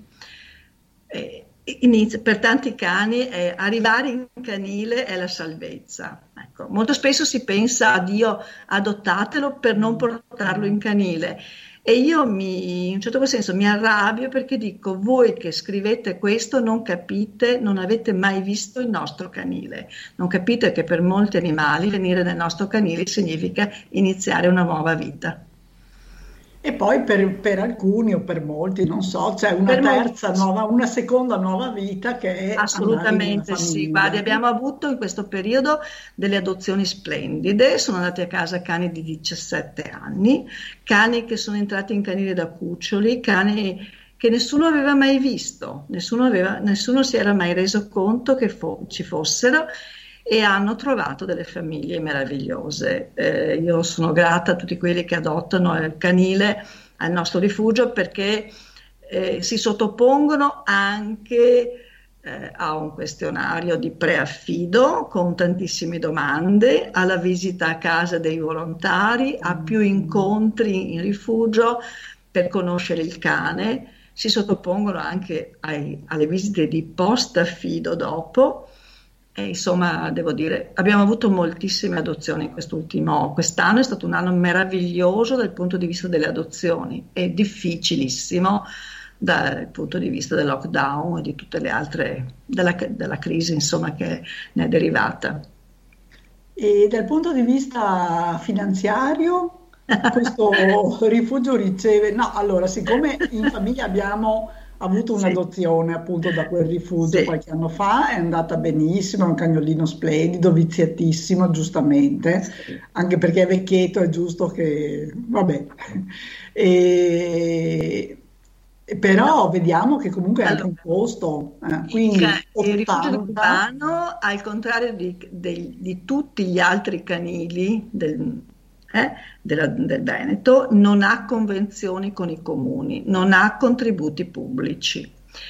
Per tanti cani arrivare in canile è la salvezza. Ecco, molto spesso si pensa: addio, adottatelo per non portarlo in canile. E io in un certo senso mi arrabbio perché dico, voi che scrivete questo non capite, non avete mai visto il nostro canile, non capite che per molti animali venire nel nostro canile significa iniziare una nuova vita. E poi per alcuni o per molti, non so, c'è una seconda nuova vita che è assolutamente sì. Guardi, abbiamo avuto in questo periodo delle adozioni splendide, sono andati a casa cani di 17 anni, cani che sono entrati in canile da cuccioli, cani che nessuno aveva mai visto, nessuno si era mai reso conto che ci fossero, e hanno trovato delle famiglie meravigliose. Io sono grata a tutti quelli che adottano il canile al nostro rifugio, perché si sottopongono anche a un questionario di preaffido con tantissime domande, alla visita a casa dei volontari, a più incontri in rifugio per conoscere il cane, si sottopongono anche alle visite di post-affido dopo. E insomma, devo dire, abbiamo avuto moltissime adozioni quest'anno è stato un anno meraviglioso dal punto di vista delle adozioni, è difficilissimo dal punto di vista del lockdown e di tutte le altre, della crisi insomma che ne è derivata. E dal punto di vista finanziario, questo rifugio riceve, no, allora, siccome in famiglia abbiamo avuto un'adozione appunto da quel rifugio qualche anno fa, è andata benissimo, è un cagnolino splendido, viziatissimo, giustamente, anche perché è vecchietto, è giusto che, vabbè, però vediamo che comunque è anche un costo, quindi il rifugio di Urbano, al contrario di tutti gli altri canili del Veneto, non ha convenzioni con i comuni, non ha contributi pubblici.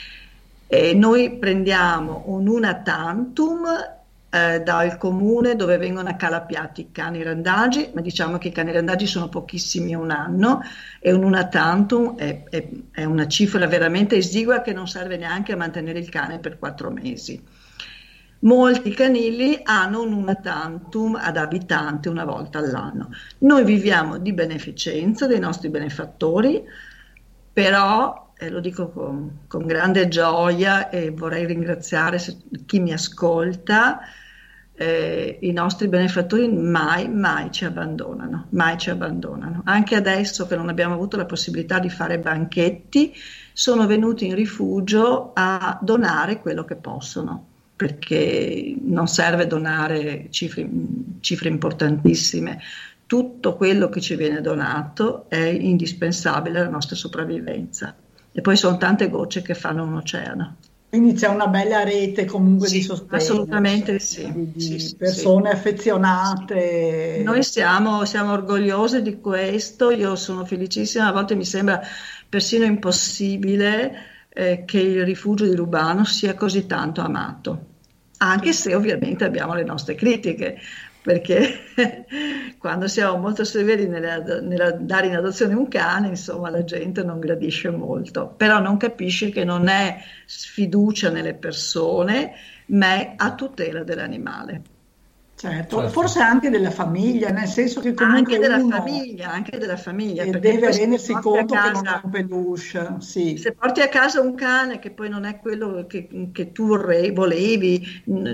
E noi prendiamo un una tantum dal comune dove vengono accalappiati i cani randagi, ma diciamo che i cani randagi sono pochissimi un anno, e un una tantum è una cifra veramente esigua che non serve neanche a mantenere il cane per 4 mesi. Molti canili hanno un una tantum ad abitante una volta all'anno. Noi viviamo di beneficenza dei nostri benefattori, però, lo dico con grande gioia, e vorrei ringraziare chi mi ascolta, i nostri benefattori mai ci abbandonano, mai ci abbandonano. Anche adesso che non abbiamo avuto la possibilità di fare banchetti, sono venuti in rifugio a donare quello che possono, perché non serve donare cifre importantissime, tutto quello che ci viene donato è indispensabile alla nostra sopravvivenza, e poi sono tante gocce che fanno un oceano. Quindi c'è una bella rete comunque di sostegno. Assolutamente sì. Di persone affezionate. Noi siamo orgogliose di questo, io sono felicissima, a volte mi sembra persino impossibile che il rifugio di Rubano sia così tanto amato, anche se ovviamente abbiamo le nostre critiche, perché quando siamo molto severi nel dare in adozione un cane, insomma, la gente non gradisce molto, però non capisce che non è sfiducia nelle persone, ma è a tutela dell'animale. Certo, forse anche della famiglia, nel senso che comunque anche della famiglia, deve rendersi conto che non è un peluche. Sì. Se porti a casa un cane che poi non è quello che tu volevi,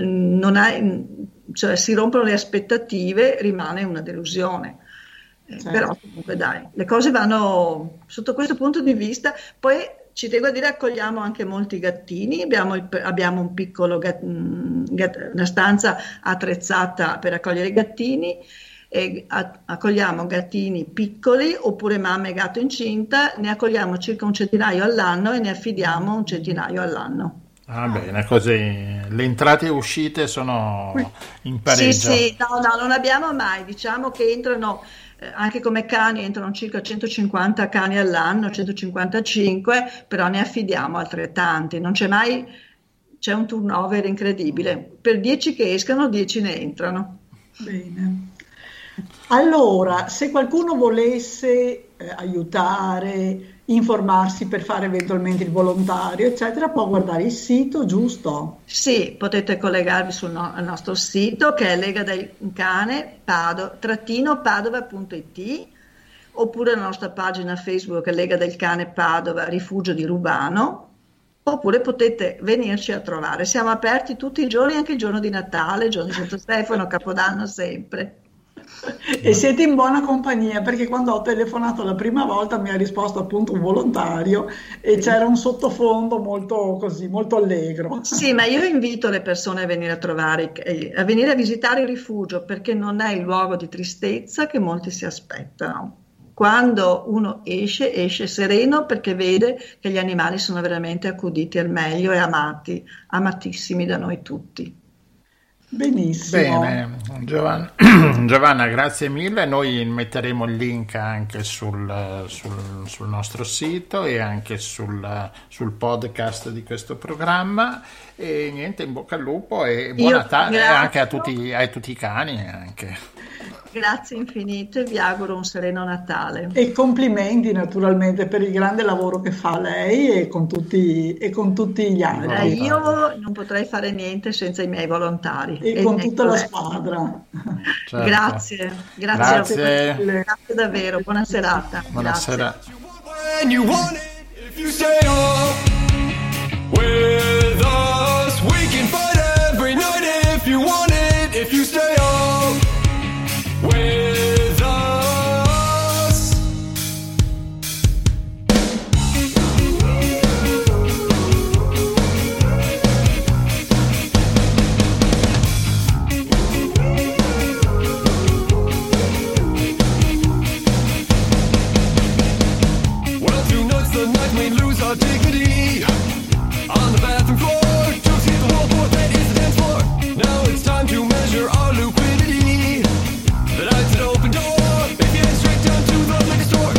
cioè si rompono le aspettative, rimane una delusione. Certo. Però comunque dai, le cose vanno sotto questo punto di vista. Poi ci tengo a dire, accogliamo anche molti gattini, abbiamo un piccolo una stanza attrezzata per accogliere i gattini, e accogliamo gattini piccoli oppure mamme gatto incinta, ne accogliamo circa un centinaio all'anno e ne affidiamo un centinaio all'anno. Ah, bene, così le entrate e uscite sono in pareggio. Sì, no, non abbiamo mai, diciamo che entrano, anche come cani entrano circa 150 cani all'anno, 155, però ne affidiamo altrettanti, non c'è mai, c'è un turnover incredibile, per 10 che escano 10 ne entrano. Bene. Allora, se qualcuno volesse aiutare, informarsi per fare eventualmente il volontario, eccetera, può guardare il sito, giusto? Sì, potete collegarvi al nostro sito, che è Lega del Cane, -padova.it, oppure la nostra pagina Facebook Lega del Cane Padova, Rifugio di Rubano, oppure potete venirci a trovare. Siamo aperti tutti i giorni, anche il giorno di Natale, il giorno di Santo Stefano, Capodanno, sempre. E siete in buona compagnia, perché quando ho telefonato la prima volta mi ha risposto appunto un volontario e c'era un sottofondo molto così, molto allegro. Sì, ma io invito le persone a venire a trovare, a venire a visitare il rifugio, perché non è il luogo di tristezza che molti si aspettano. Quando uno esce sereno, perché vede che gli animali sono veramente accuditi al meglio e amati, amatissimi da noi tutti. Benissimo. Bene, Giovanna, grazie mille. Noi metteremo il link anche sul nostro sito e anche sul podcast di questo programma. E niente, in bocca al lupo e buon Natale anche a tutti i cani. Anche. Grazie infinite, vi auguro un sereno Natale. E complimenti naturalmente per il grande lavoro che fa lei e con tutti gli altri. Io non potrei fare niente senza i miei volontari. E con tutta la squadra. Certo. Grazie. Grazie davvero, buona serata. Buonasera. With us. Well, tonight's the night we lose our dignity. On the bathroom floor, to see the whole board that is the dance floor. Now it's time to measure our liquidity. The night's an open door, if you head straight down to the liquor store.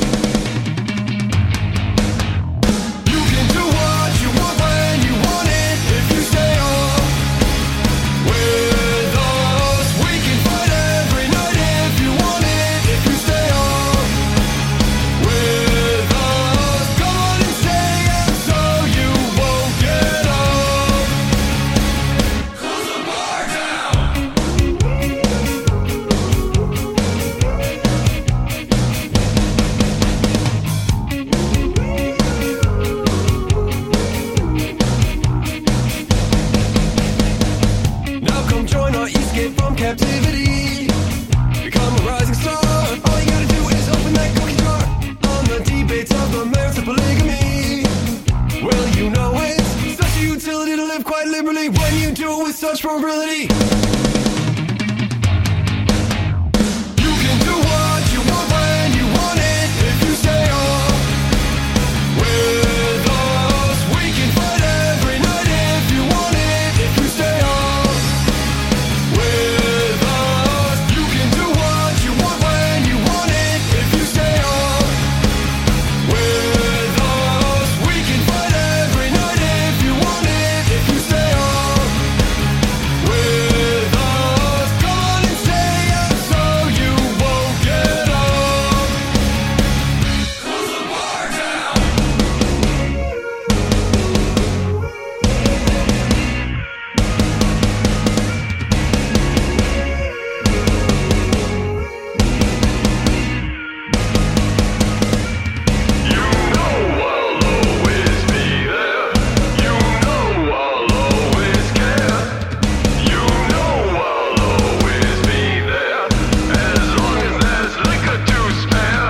You can do what you want when you want it, if you stay on with us. We can fight every night if you want it, if you stay on with us. Come on and stay up so you won't get up. Close the bar down. Now come join our escape from captivity. Become a rising star. All you gotta do is open that cookie jar. On the debates of the merits of polygamy. Well, you know it's such a utility to live quite liberally when you do it with such probability. You can do what you want when you want it, if you stay on with us. We can fight every night if you want it, if you stay on with us. You can do what you want when you want it, if you stay on with us. We can fight every night if you want it, if you stay on with us. Come on and stay up so you won't get up. Close the bar down. You know I'll always be there. You know I'll always care. You know I'll always be there. As long as there's liquor to spare.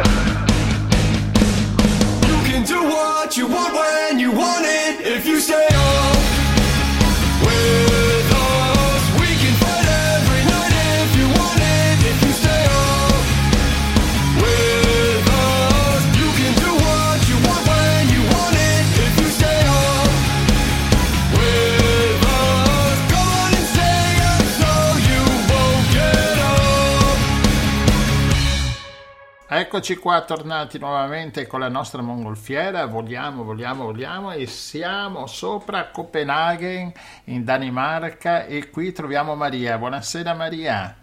You can do what you want when you want it, if you stay on with us. We can fight every night if you want it, if you stay on with us. You can do what you want when you want it, if you stay on with us. Come on and stay up so you won't get up. Eccoci qua tornati nuovamente con la nostra mongolfiera, voliamo e siamo sopra Copenaghen in Danimarca e qui troviamo Maria. Buonasera Maria.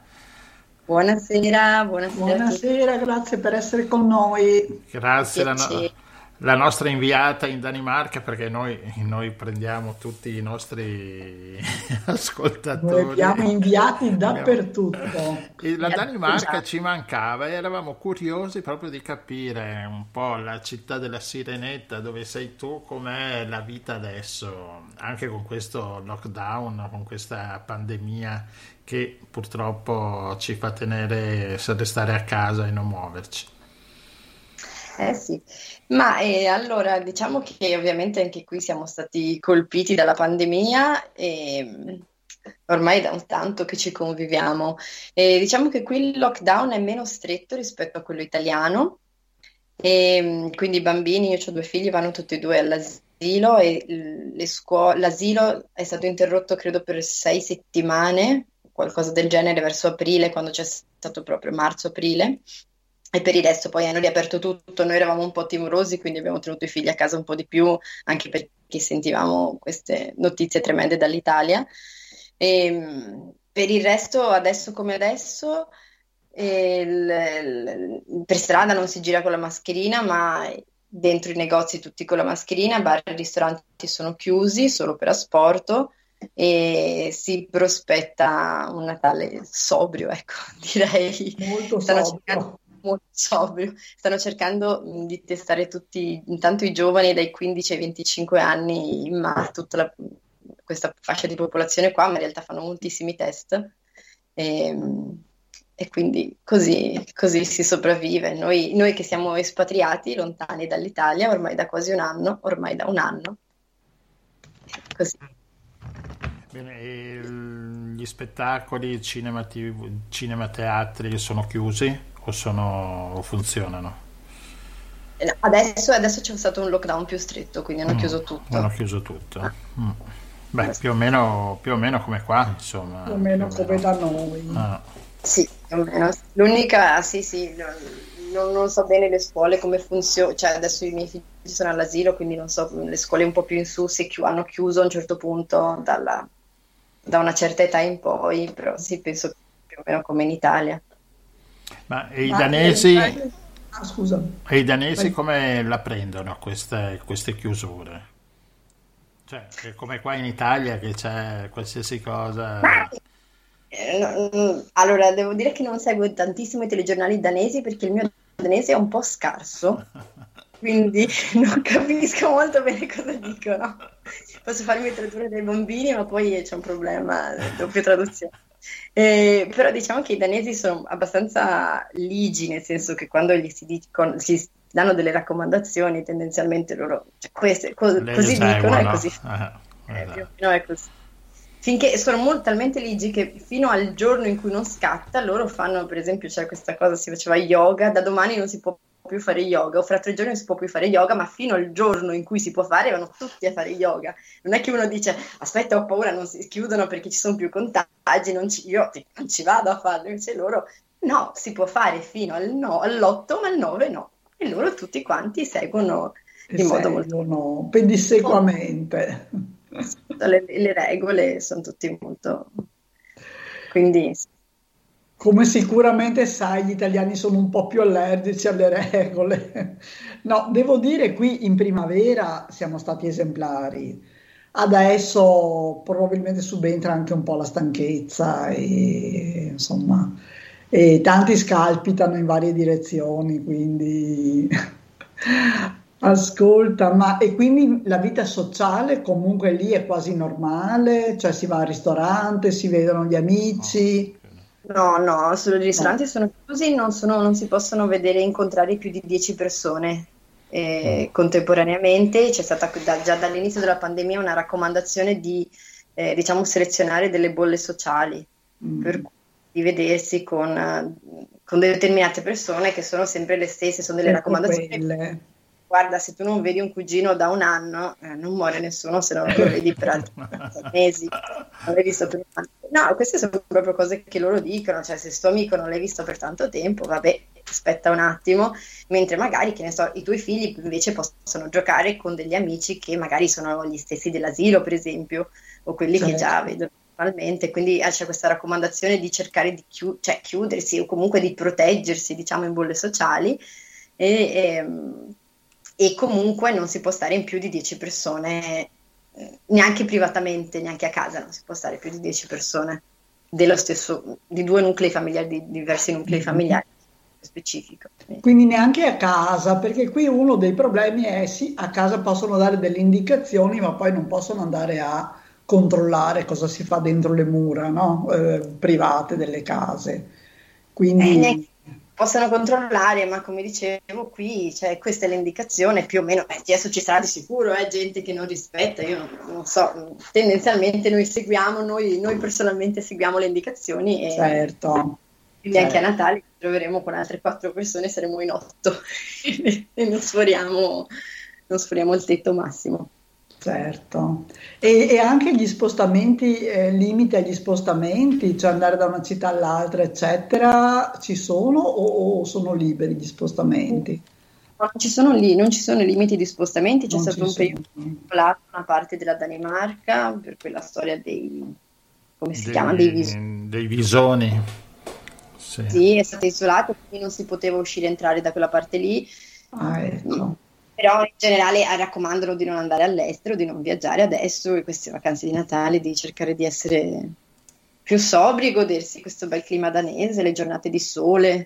Buonasera a tutti. Buonasera, grazie per essere con noi. Grazie, Piacere. la nostra inviata in Danimarca, perché noi prendiamo tutti i nostri ascoltatori. Noi abbiamo inviati dappertutto. E la Danimarca ci mancava e eravamo curiosi proprio di capire un po' la città della Sirenetta, dove sei tu, com'è la vita adesso, anche con questo lockdown, con questa pandemia che purtroppo ci fa restare a casa e non muoverci. Sì, ma allora diciamo che ovviamente anche qui siamo stati colpiti dalla pandemia e ormai da un tanto che ci conviviamo. E diciamo che qui il lockdown è meno stretto rispetto a quello italiano e quindi i bambini, io ho 2 figli, vanno tutti e 2 all'asilo e l'asilo è stato interrotto credo per 6 settimane, qualcosa del genere, verso aprile, quando c'è stato proprio marzo-aprile. E per il resto poi hanno riaperto tutto, noi eravamo un po' timorosi, quindi abbiamo tenuto i figli a casa un po' di più, anche perché sentivamo queste notizie tremende dall'Italia. E, per il resto, adesso come adesso, per strada non si gira con la mascherina, ma dentro i negozi tutti con la mascherina, bar e ristoranti sono chiusi solo per asporto e si prospetta un Natale sobrio, ecco, direi. Molto sobrio. Molto sobrio. Stanno cercando di testare tutti, intanto i giovani dai 15 ai 25 anni, ma questa fascia di popolazione qua, ma in realtà fanno moltissimi test e quindi così si sopravvive. Noi che siamo espatriati, lontani dall'Italia, ormai da quasi un anno, così. Bene, e gli spettacoli, cinema, TV, cinema, teatri sono chiusi? O funzionano? Adesso c'è stato un lockdown più stretto, quindi hanno chiuso tutto. Hanno chiuso tutto. Beh, più o meno come qua, insomma. Più o meno come da noi. Sì, più o meno. L'unica, sì, non so bene le scuole come funzionano, cioè adesso i miei figli sono all'asilo, quindi non so, le scuole un po' più in su hanno chiuso a un certo punto da una certa età in poi, però sì, penso più o meno come in Italia. Ma i danesi, scusa. E i danesi come la prendono queste chiusure? Cioè, è come qua in Italia che c'è qualsiasi cosa. Allora, devo dire che non seguo tantissimo i telegiornali danesi perché il mio danese è un po' scarso, quindi non capisco molto bene cosa dicono. Posso farmi tradurre dai bambini, ma poi c'è un problema, doppia traduzione. Però diciamo che i danesi sono abbastanza ligi, nel senso che quando si danno delle raccomandazioni, tendenzialmente loro così dicono e così più o meno è così. Finché sono talmente ligi che fino al giorno in cui non scatta, loro fanno, per esempio, c'è questa cosa, si faceva yoga, da domani non si può più fare yoga, o fra 3 giorni non si può più fare yoga, ma fino al giorno in cui si può fare vanno tutti a fare yoga. Non è che uno dice aspetta, ho paura, non si chiudono perché ci sono più contagi, io non ci vado a farlo, invece loro no, si può fare fino all'8, ma al 9 no, e loro tutti quanti seguono in modo molto pedissequamente. Le regole sono tutti molto, quindi come sicuramente sai, gli italiani sono un po' più allergici alle regole. No, devo dire, qui in primavera siamo stati esemplari. Adesso probabilmente subentra anche un po' la stanchezza e insomma, e tanti scalpitano in varie direzioni, quindi ascolta, e quindi la vita sociale comunque lì è quasi normale, cioè si va al ristorante, si vedono gli amici. No, solo i ristoranti sono chiusi, non si possono vedere e incontrare più di 10 persone contemporaneamente. C'è stata già dall'inizio della pandemia una raccomandazione di selezionare delle bolle sociali, per cui di vedersi con determinate persone che sono sempre le stesse, sono delle raccomandazioni. Guarda, se tu non vedi un cugino da un anno, non muore nessuno se non lo vedi per altri mesi, non l'hai visto per un anno. No, queste sono proprio cose che loro dicono, cioè se sto amico non l'hai visto per tanto tempo, vabbè, aspetta un attimo, mentre magari, che ne so, i tuoi figli invece possono giocare con degli amici che magari sono gli stessi dell'asilo, per esempio, o quelli che già vedono normalmente, quindi c'è questa raccomandazione di cercare di chiudersi o comunque di proteggersi, diciamo, in bolle sociali, e comunque non si può stare in più di 10 persone, neanche privatamente, neanche a casa non si può stare più di 10 persone dello stesso, di due nuclei familiari, di diversi nuclei familiari specifico. Quindi neanche a casa, perché qui uno dei problemi è sì, a casa possono dare delle indicazioni, ma poi non possono andare a controllare cosa si fa dentro le mura, no? Private delle case. Quindi possono controllare, ma come dicevo qui, cioè, questa è l'indicazione più o meno. Adesso ci sarà di sicuro gente che non rispetta, io non so, tendenzialmente noi personalmente seguiamo le indicazioni e certo. Quindi anche a Natale ci troveremo con altre 4 persone, saremo in 8 e non sforiamo il tetto massimo. Certo, e anche gli spostamenti, limite agli spostamenti, cioè andare da una città all'altra, eccetera, ci sono o sono liberi gli spostamenti? Non ci sono limiti di spostamenti, c'è stato un periodo una parte della Danimarca per quella storia dei visoni. Sì, è stato isolato, quindi non si poteva uscire e entrare da quella parte lì. Ecco. Però in generale raccomandano di non andare all'estero, di non viaggiare adesso, e queste vacanze di Natale, di cercare di essere più sobri, godersi questo bel clima danese, le giornate di sole,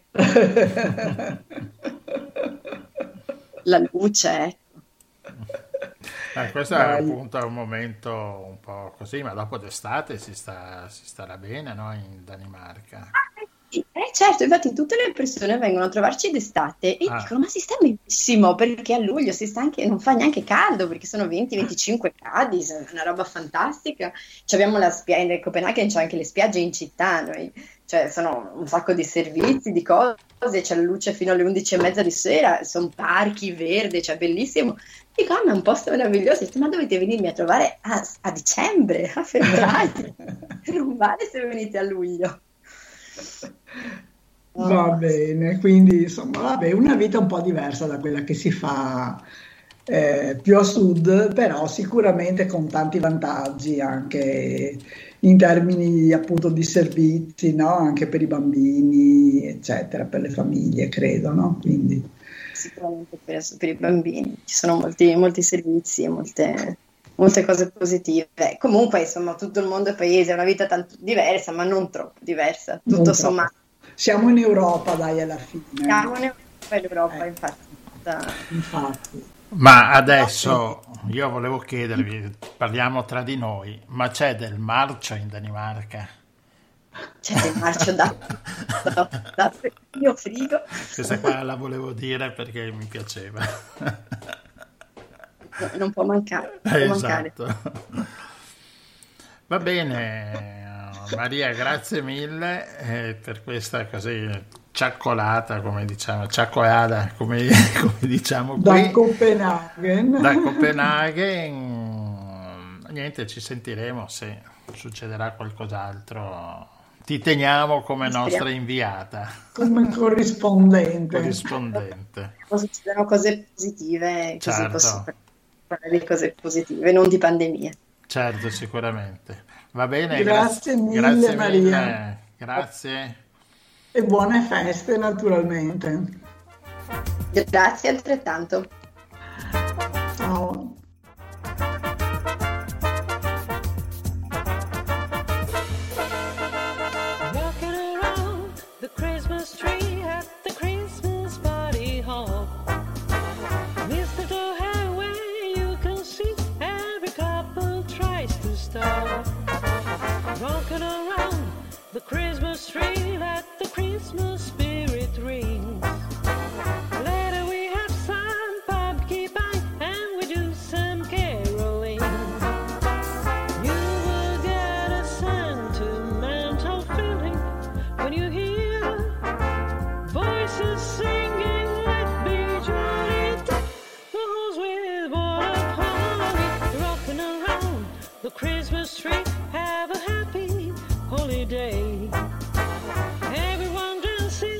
la luce. Questo è appunto un momento un po' così, ma dopo d'estate si starà bene, no? In Danimarca. Certo, infatti tutte le persone vengono a trovarci d'estate e dicono ma si sta benissimo, perché a luglio si sta anche, non fa neanche caldo, perché sono 20-25 gradi, è una roba fantastica. Abbiamo la spiaggia, in Copenaghen c'è anche le spiagge in città, noi, cioè sono un sacco di servizi, di cose, c'è la luce fino alle 11:30 di sera, sono parchi, verde, cioè bellissimo. Dico, ma è un posto meraviglioso, ma dovete venirmi a trovare a dicembre, a febbraio, non vale se venite a luglio. Va bene, quindi insomma, vabbè, una vita un po' diversa da quella che si fa più a sud, però sicuramente con tanti vantaggi anche in termini appunto di servizi, no? Anche per i bambini, eccetera, per le famiglie, credo, no? Quindi sicuramente per i bambini ci sono molti servizi, molte cose positive. Comunque, insomma, tutto il mondo è paese, è una vita tanto diversa, ma non troppo diversa, tutto sommato. Siamo in Europa, dai, alla fine. Siamo in Europa, infatti. Ma adesso io volevo chiedervi, parliamo tra di noi, ma c'è del marcio in Danimarca? C'è del marcio da mio frigo. Questa qua la volevo dire perché mi piaceva. Non può mancare. Esatto. Va bene, Maria, grazie mille per questa così ciaccolata, come diciamo, ciaccolata, come diciamo qui. Da Copenaghen. Da Copenaghen. Niente, ci sentiremo se succederà qualcos'altro. Ti teniamo come nostra inviata. Come corrispondente. Succedono cose positive, così certo. posso parlare di cose positive, non di pandemie. Certo, sicuramente. Va bene, grazie mille, grazie Maria. Mille. Grazie. E buone feste, naturalmente. Grazie altrettanto. Ciao. Walking around the Christmas tree, let the Christmas spirit ring. Later we have some pumpkin pie and we do some caroling. You will get a sentimental feeling when you hear voices singing, let be jolly, deck the halls with water holly, rocking around the Christmas tree. Have a happy holiday. Everyone dancing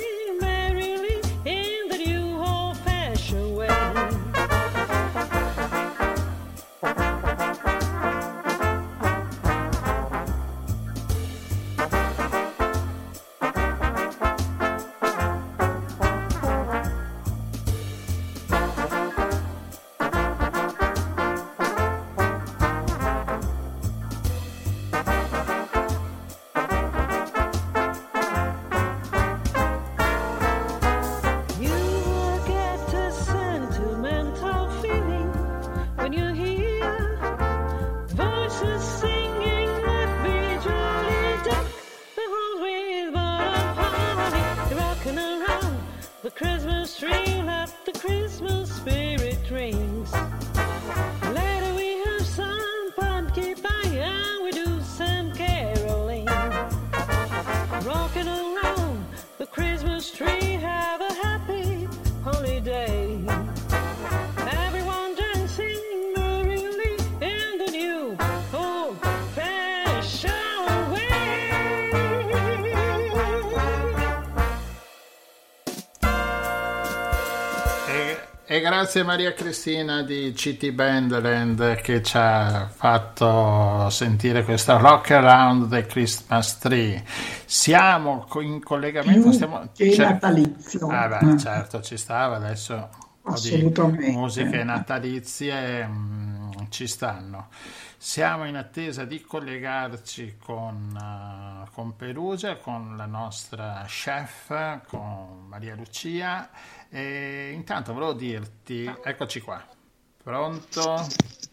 E grazie Maria Cristina di CT Bandland che ci ha fatto sentire questo Rock Around the Christmas Tree. Siamo in collegamento, che natalizio. Certo, ci stava adesso un po' di musiche natalizie ci stanno. Siamo in attesa di collegarci con Perugia, con la nostra chef, con Maria Lucia. E intanto volevo dirti, eccoci qua, pronto?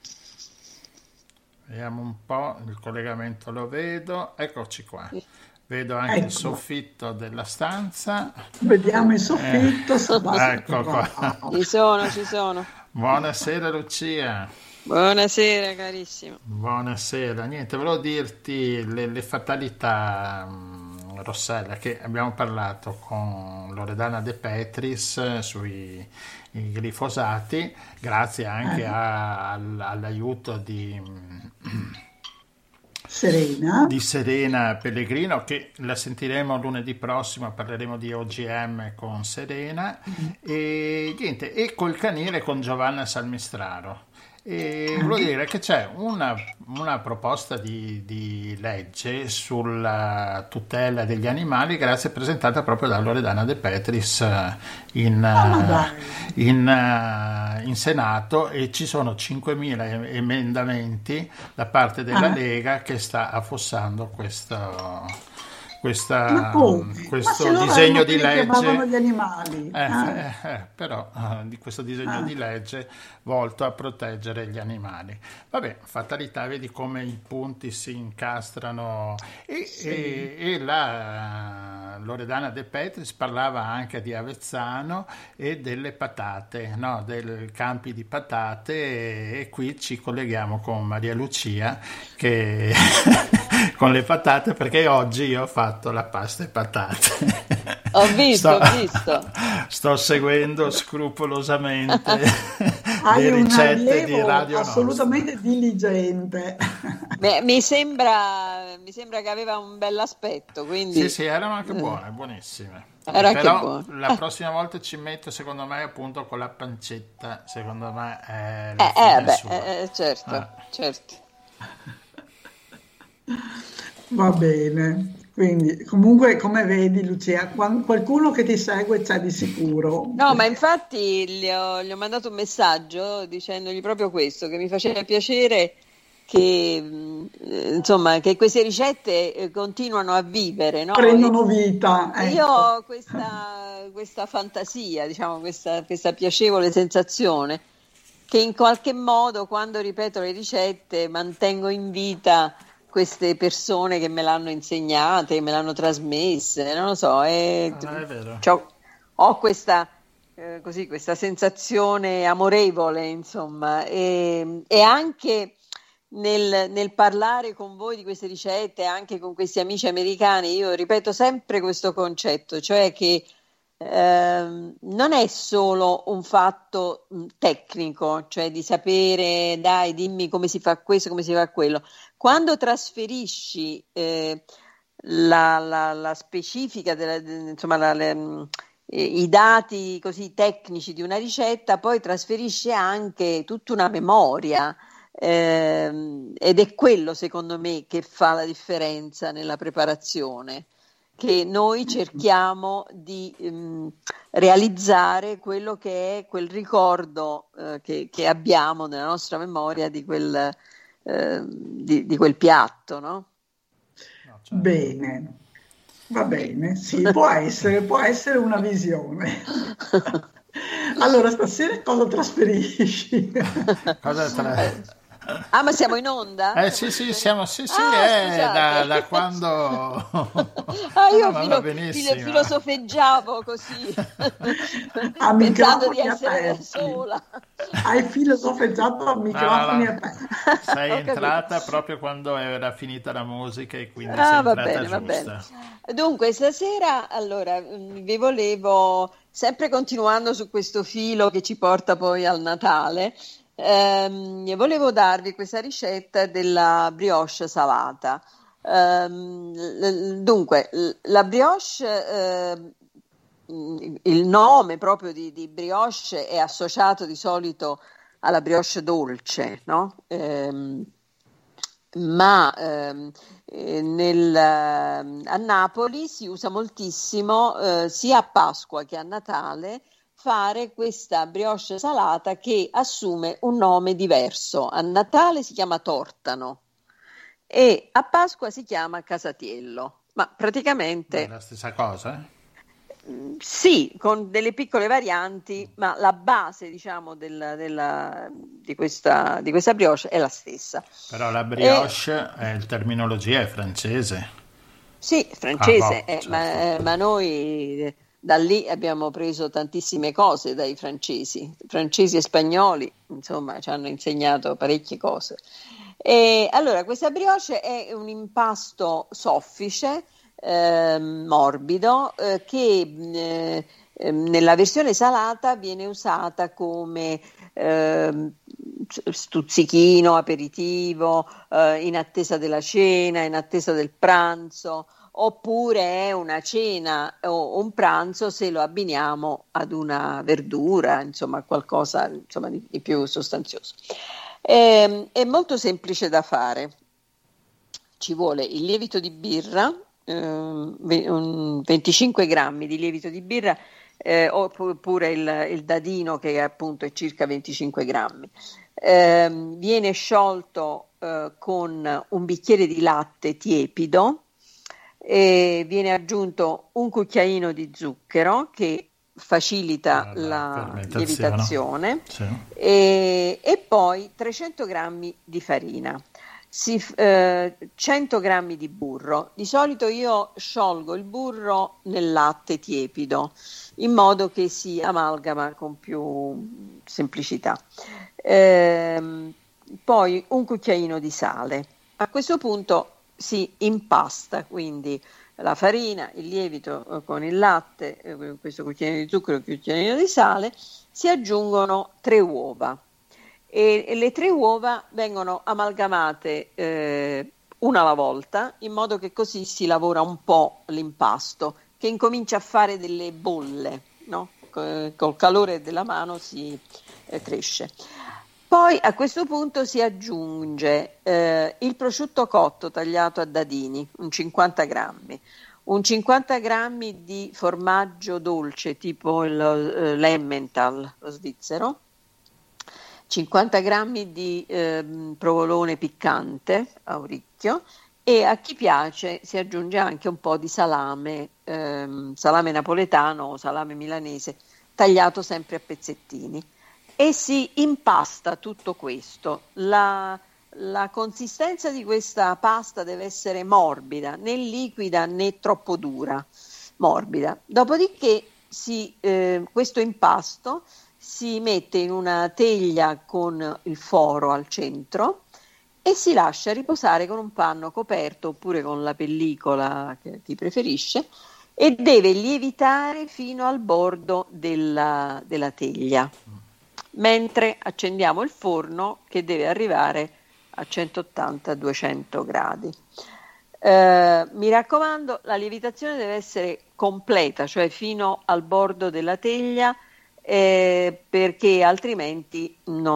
Vediamo un po', il collegamento lo vedo, eccoci qua. Vedo anche il soffitto della stanza. Vediamo il soffitto. Ecco qua. Ci sono. Buonasera Lucia. Buonasera carissimo. Buonasera, niente, volevo dirti le fatalità, Rossella, che abbiamo parlato con Loredana De Petris sui glifosati, grazie anche all'aiuto di Serena Pellegrino, che la sentiremo lunedì prossimo, parleremo di OGM con Serena, e niente, e col canile con Giovanna Salmistraro. E volevo dire che c'è una proposta di legge sulla tutela degli animali, presentata proprio da Loredana De Petris in Senato, e ci sono 5.000 emendamenti da parte della Lega che sta affossando questo disegno di legge gli animali. Però di questo disegno di legge volto a proteggere gli animali. Vabbè, fatalità, vedi come i punti si incastrano. E la Loredana De Petris parlava anche di Avezzano e delle patate, no? Dei campi di patate, e qui ci colleghiamo con Maria Lucia che con le patate, perché oggi io ho fatto la pasta e patate. Ho visto. Sto seguendo scrupolosamente le ricette di Radio assolutamente Nostra. Diligente. Beh, mi sembra che aveva un bell'aspetto, quindi Sì, erano anche buonissime. Però la prossima volta ci metto, secondo me, appunto con la pancetta, secondo me è certo. Va bene, quindi comunque come vedi Lucia, qualcuno che ti segue c'è di sicuro. No, ma infatti gli ho mandato un messaggio dicendogli proprio questo, che mi faceva piacere che insomma che queste ricette continuano a vivere, no? Prendono vita. Io ho questa fantasia, diciamo, questa piacevole sensazione che in qualche modo, quando ripeto le ricette, mantengo in vita queste persone che me l'hanno insegnate, me l'hanno trasmesse, non lo so, è vero. Ho questa sensazione amorevole, insomma, e anche nel parlare con voi di queste ricette, anche con questi amici americani, io ripeto sempre questo concetto, cioè che non è solo un fatto tecnico, cioè di sapere, dai, dimmi come si fa questo, come si fa quello. Quando trasferisci la specifica, i dati così tecnici di una ricetta, poi trasferisci anche tutta una memoria, ed è quello, secondo me, che fa la differenza nella preparazione, che noi cerchiamo di realizzare quello che è quel ricordo che abbiamo nella nostra memoria di quel piatto, no? Bene, va bene, sì, può essere una visione. Allora, stasera cosa trasferisci? Ah, ma siamo in onda? Sì, siamo, da quando... Io filosofeggiavo così, pensando di essere sola. Hai filosofeggiato a microfoni aperti. Sei entrata proprio quando era finita la musica e quindi sei entrata giusta. Va bene. Dunque, stasera, allora, vi volevo, sempre continuando su questo filo che ci porta poi al Natale, volevo darvi questa ricetta della brioche salata. Dunque, la brioche il nome proprio di brioche è associato di solito alla brioche dolce, no? A Napoli si usa moltissimo, sia a Pasqua che a Natale, fare questa brioche salata che assume un nome diverso. A Natale si chiama tortano e a Pasqua si chiama casatiello, ma praticamente è la stessa cosa? Sì, con delle piccole varianti, ma la base, diciamo, di questa brioche è la stessa. Però la brioche, il terminologia è francese. Sì, francese, certo. ma noi da lì abbiamo preso tantissime cose dai francesi e spagnoli, insomma, ci hanno insegnato parecchie cose. E allora, questa brioche è un impasto soffice, morbido, che nella versione salata viene usata come stuzzichino, aperitivo, in attesa della cena, in attesa del pranzo, oppure è una cena o un pranzo se lo abbiniamo ad una verdura, insomma qualcosa, insomma, di più sostanzioso. È molto semplice da fare. Ci vuole il lievito di birra, 25 grammi di lievito di birra, oppure il dadino, che appunto è circa 25 grammi. Viene sciolto con un bicchiere di latte tiepido, e viene aggiunto un cucchiaino di zucchero che facilita la lievitazione, sì. E poi 300 grammi di farina. 100 grammi di burro. Di solito io sciolgo il burro nel latte tiepido in modo che si amalgama con più semplicità. Poi un cucchiaino di sale. A questo punto si impasta quindi la farina, il lievito con il latte, questo cucchiaino di zucchero e il cucchiaino di sale. Si aggiungono 3 uova. E le 3 uova vengono amalgamate una alla volta, in modo che così si lavora un po' l'impasto, che incomincia a fare delle bolle, no? Col calore della mano si cresce. Poi a questo punto si aggiunge il prosciutto cotto tagliato a dadini, un 50 grammi, un 50 grammi di formaggio dolce tipo l'Emmental, lo svizzero, 50 grammi di provolone piccante a orecchio, e a chi piace si aggiunge anche un po' di salame, salame napoletano o salame milanese, tagliato sempre a pezzettini, e si impasta tutto questo. La consistenza di questa pasta deve essere morbida, né liquida né troppo dura, morbida. Dopodiché questo impasto si mette in una teglia con il foro al centro e si lascia riposare con un panno coperto oppure con la pellicola che chi preferisce, e deve lievitare fino al bordo della teglia, mentre accendiamo il forno, che deve arrivare a 180-200 gradi. Mi raccomando, la lievitazione deve essere completa, cioè fino al bordo della teglia, perché altrimenti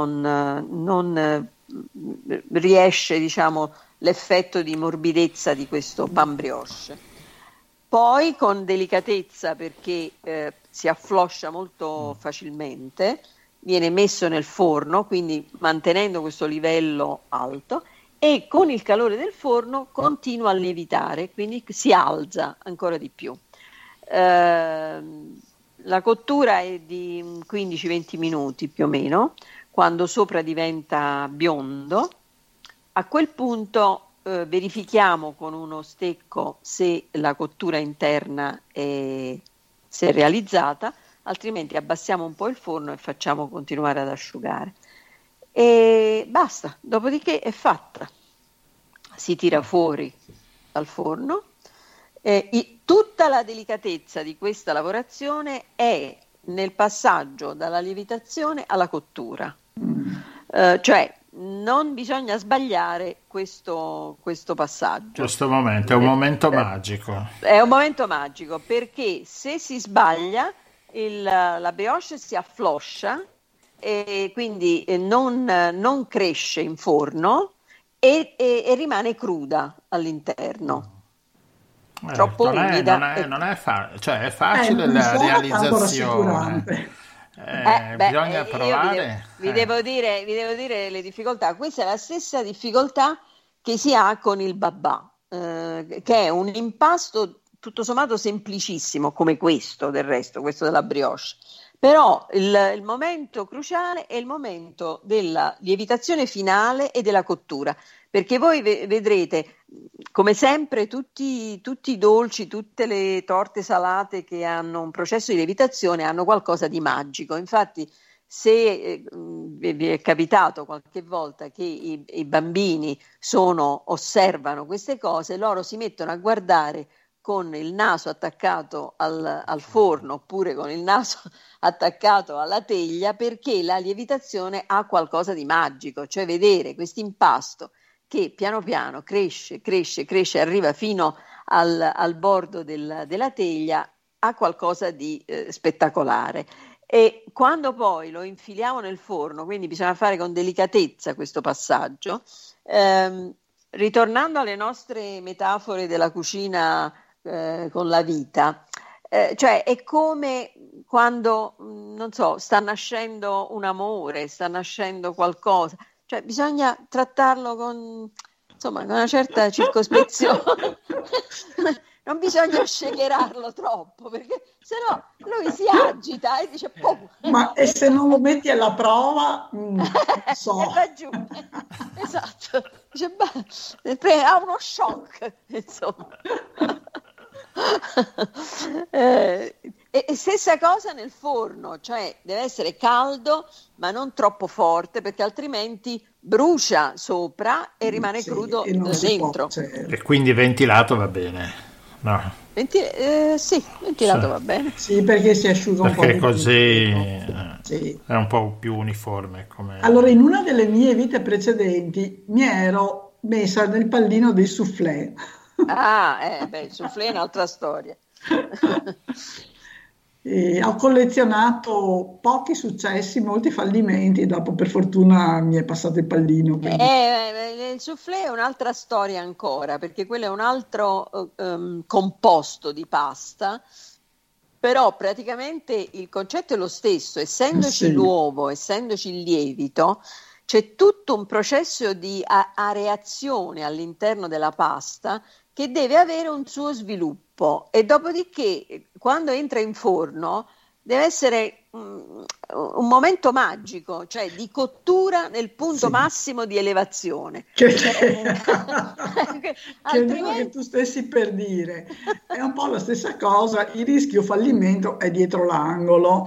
non riesce, diciamo, l'effetto di morbidezza di questo pan brioche. Poi con delicatezza, perché si affloscia molto facilmente, viene messo nel forno, quindi mantenendo questo livello alto, e con il calore del forno continua a lievitare, quindi si alza ancora di più. La cottura è di 15-20 minuti più o meno, quando sopra diventa biondo. A quel punto verifichiamo con uno stecco se la cottura interna si è realizzata, altrimenti abbassiamo un po' il forno e facciamo continuare ad asciugare. E basta, dopodiché è fatta. Si tira fuori dal forno. Tutta la delicatezza di questa lavorazione è nel passaggio dalla lievitazione alla cottura. Cioè non bisogna sbagliare questo passaggio. Questo momento è un momento magico. È un momento magico perché se si sbaglia la brioche si affloscia e quindi non cresce in forno e rimane cruda all'interno. Troppo umida. Non è cioè è facile la realizzazione. Bisogna provare. Vi devo dire le difficoltà. Questa è la stessa difficoltà che si ha con il babà, che è un impasto tutto sommato semplicissimo come questo, del resto, questo della brioche. Però il momento cruciale è il momento della lievitazione finale e della cottura, perché voi vedrete, come sempre, tutti i dolci, tutte le torte salate che hanno un processo di lievitazione hanno qualcosa di magico. Infatti, se vi è capitato qualche volta che i bambini osservano queste cose, loro si mettono a guardare con il naso attaccato al forno oppure con il naso attaccato alla teglia, perché la lievitazione ha qualcosa di magico, cioè vedere questo impasto che piano piano cresce, arriva fino al bordo della teglia, ha qualcosa di spettacolare. E quando poi lo infiliamo nel forno, quindi bisogna fare con delicatezza questo passaggio, ritornando alle nostre metafore della cucina con la vita, cioè è come quando, non so, sta nascendo un amore, sta nascendo qualcosa, cioè bisogna trattarlo con una certa circospezione. Non bisogna shakerarlo troppo, perché sennò lui si agita e dice ma e se non lo metti alla prova e va giù. Esatto, dice, ha uno shock, insomma. E stessa cosa nel forno, cioè deve essere caldo ma non troppo forte, perché altrimenti brucia sopra e rimane crudo dentro. E quindi ventilato va bene. No. Ventilato va bene. Sì, perché si asciuga un po'. Perché così è un po' più uniforme. Allora, in una delle mie vite precedenti mi ero messa nel pallino dei soufflé. Il soufflé è un'altra storia. Ho collezionato pochi successi, molti fallimenti, dopo per fortuna mi è passato il pallino. Il soufflé è un'altra storia ancora, perché quello è un altro composto di pasta, però praticamente il concetto è lo stesso, essendoci l'uovo, essendoci il lievito, c'è tutto un processo di areazione all'interno della pasta che deve avere un suo sviluppo, e dopodiché quando entra in forno deve essere un momento magico, cioè di cottura nel punto massimo di elevazione. Altrimenti... che tu stessi per dire, è un po' la stessa cosa, il rischio fallimento è dietro l'angolo.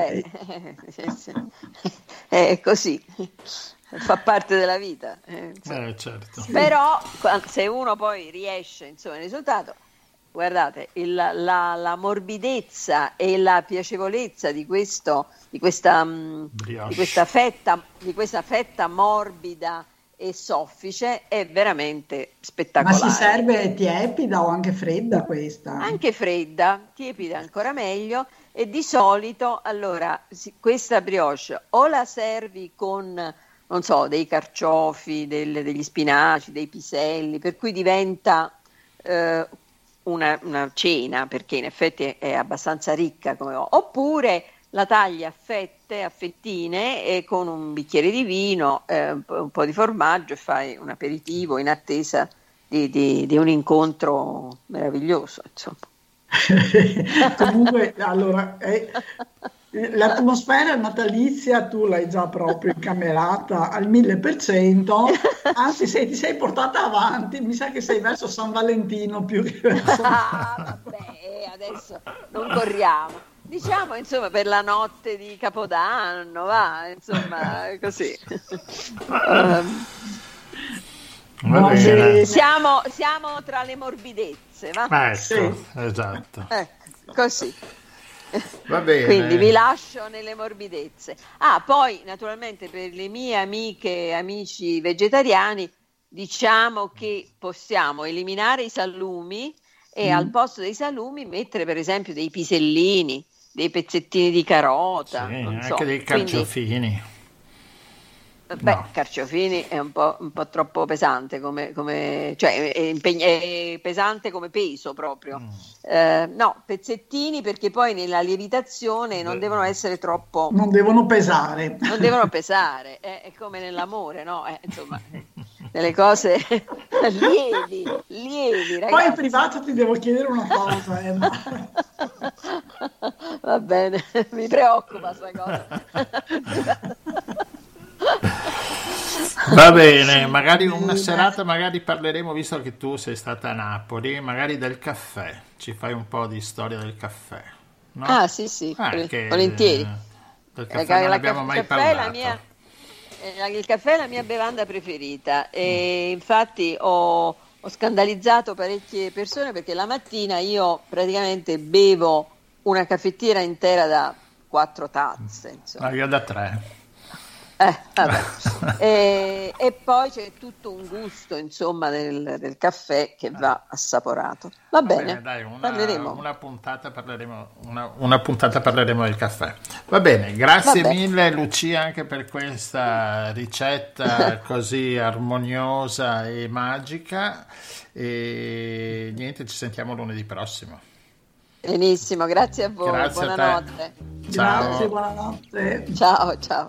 È così. Fa parte della vita, certo. Però se uno poi riesce, il risultato, guardate, la morbidezza e la piacevolezza di questa fetta morbida e soffice è veramente spettacolare. Ma si serve tiepida o anche fredda questa? Anche fredda, tiepida ancora meglio. E di solito, allora, questa brioche o la servi con, non so, dei carciofi, degli spinaci, dei piselli, per cui diventa una cena, perché in effetti è abbastanza ricca, oppure la tagli a fette, a fettine, e con un bicchiere di vino, un po' di formaggio, e fai un aperitivo in attesa di un incontro meraviglioso, insomma. Comunque, allora, l'atmosfera natalizia tu l'hai già proprio incamerata al 1000%, anzi ti sei portata avanti, mi sa che sei verso San Valentino più che verso... vabbè, adesso non corriamo, diciamo, insomma, per la notte di Capodanno, va, insomma, così. Siamo tra le morbidezze, va? Esatto. Così. Va bene. Quindi vi lascio nelle morbidezze. Poi naturalmente per le mie amiche e amici vegetariani diciamo che possiamo eliminare i salumi e al posto dei salumi mettere per esempio dei pisellini, dei pezzettini di carota, Sì, non anche so. dei Quindi, carciofini. beh, carciofini è un po' troppo pesante cioè è pesante come peso proprio. No, pezzettini, perché poi nella lievitazione non devono essere troppo, Non devono pesare. non devono pesare, è come nell'amore, no? Insomma, nelle cose lievi, ragazzi. Poi in privato ti devo chiedere una cosa, Emma. Va bene, mi preoccupa sta cosa. Va bene, magari una serata magari parleremo, visto che tu sei stata a Napoli, magari del caffè. Ci fai un po' di storia del caffè, no? Sì, Che, volentieri. del caffè non abbiamo mai parlato. Il caffè è la mia bevanda preferita e infatti ho scandalizzato parecchie persone, perché la mattina io praticamente bevo una caffettiera intera da 4 tazze, insomma. Io da 3. Vabbè. E poi c'è tutto un gusto, insomma, del caffè che va assaporato. Va bene, dai, parleremo. una puntata parleremo del caffè. Va bene, grazie mille Lucia anche per questa ricetta così armoniosa e magica, e niente, ci sentiamo lunedì prossimo. Benissimo, grazie a voi, Grazie a te. buonanotte. Ciao. Grazie, buonanotte. Ciao.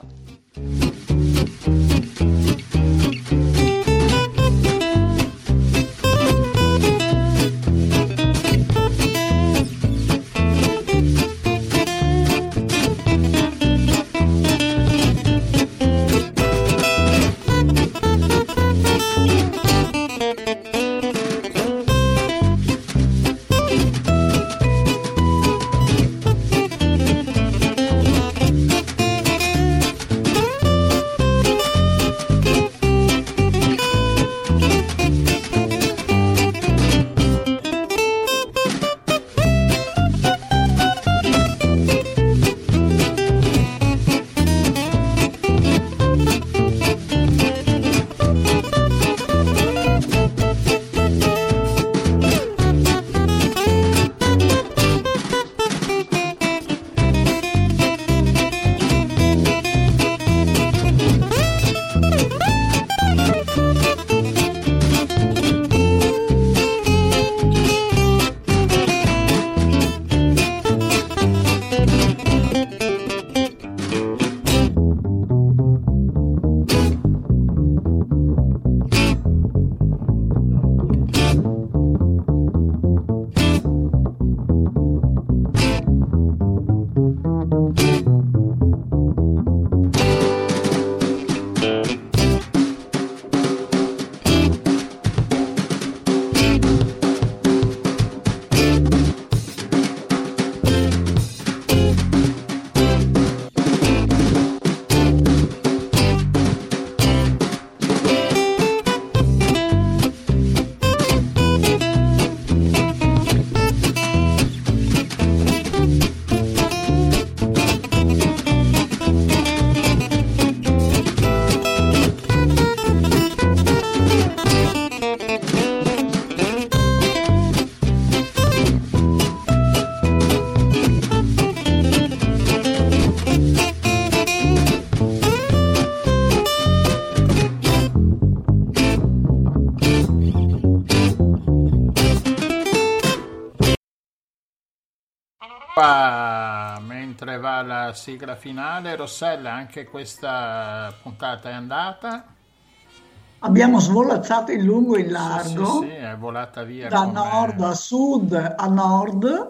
Mentre va la sigla finale, Rossella, anche questa puntata è andata? Abbiamo svolazzato in lungo e in largo, Sì, è volata via da come... nord a sud a nord,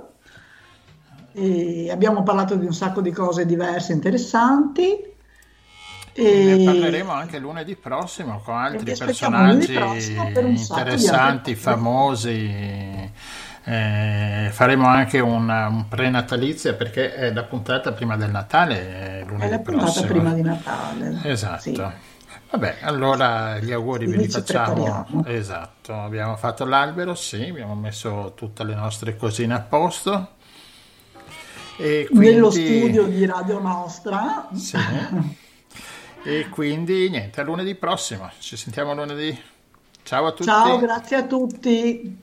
e abbiamo parlato di un sacco di cose diverse, interessanti. Ne parleremo anche lunedì prossimo con altri personaggi interessanti, famosi. Faremo anche un pre-natalizia, perché è la puntata prima del Natale, lunedì È la puntata prossimo. prima di Natale. Esatto. Sì. Vabbè, allora gli auguri ve li Quindi ci facciamo. prepariamo. Esatto, abbiamo fatto l'albero, sì, abbiamo messo tutte le nostre cosine a posto. E quindi... nello studio di Radio Nostra. Sì. E quindi niente, a lunedì prossimo, ci sentiamo lunedì. Ciao a tutti. Ciao, grazie a tutti.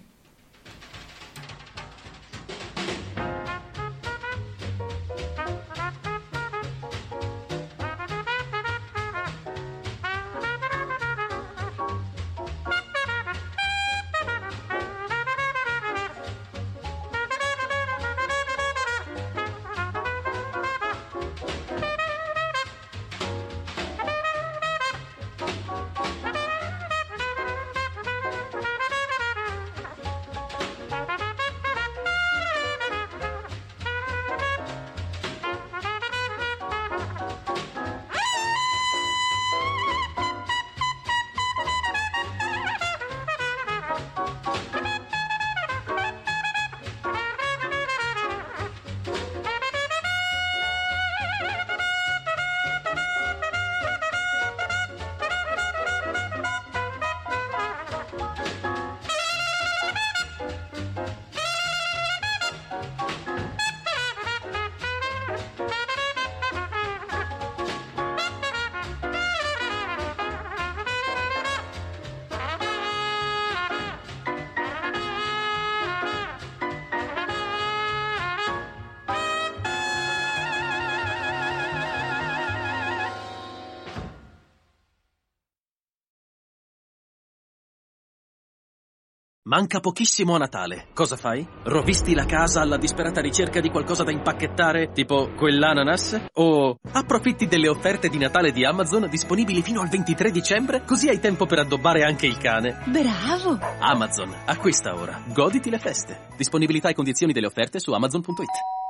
Manca pochissimo a Natale. Cosa fai? Rovisti la casa alla disperata ricerca di qualcosa da impacchettare, tipo quell'ananas? O approfitti delle offerte di Natale di Amazon disponibili fino al 23 dicembre? Così hai tempo per addobbare anche il cane. Bravo! Amazon, acquista ora. Goditi le feste. Disponibilità e condizioni delle offerte su Amazon.it.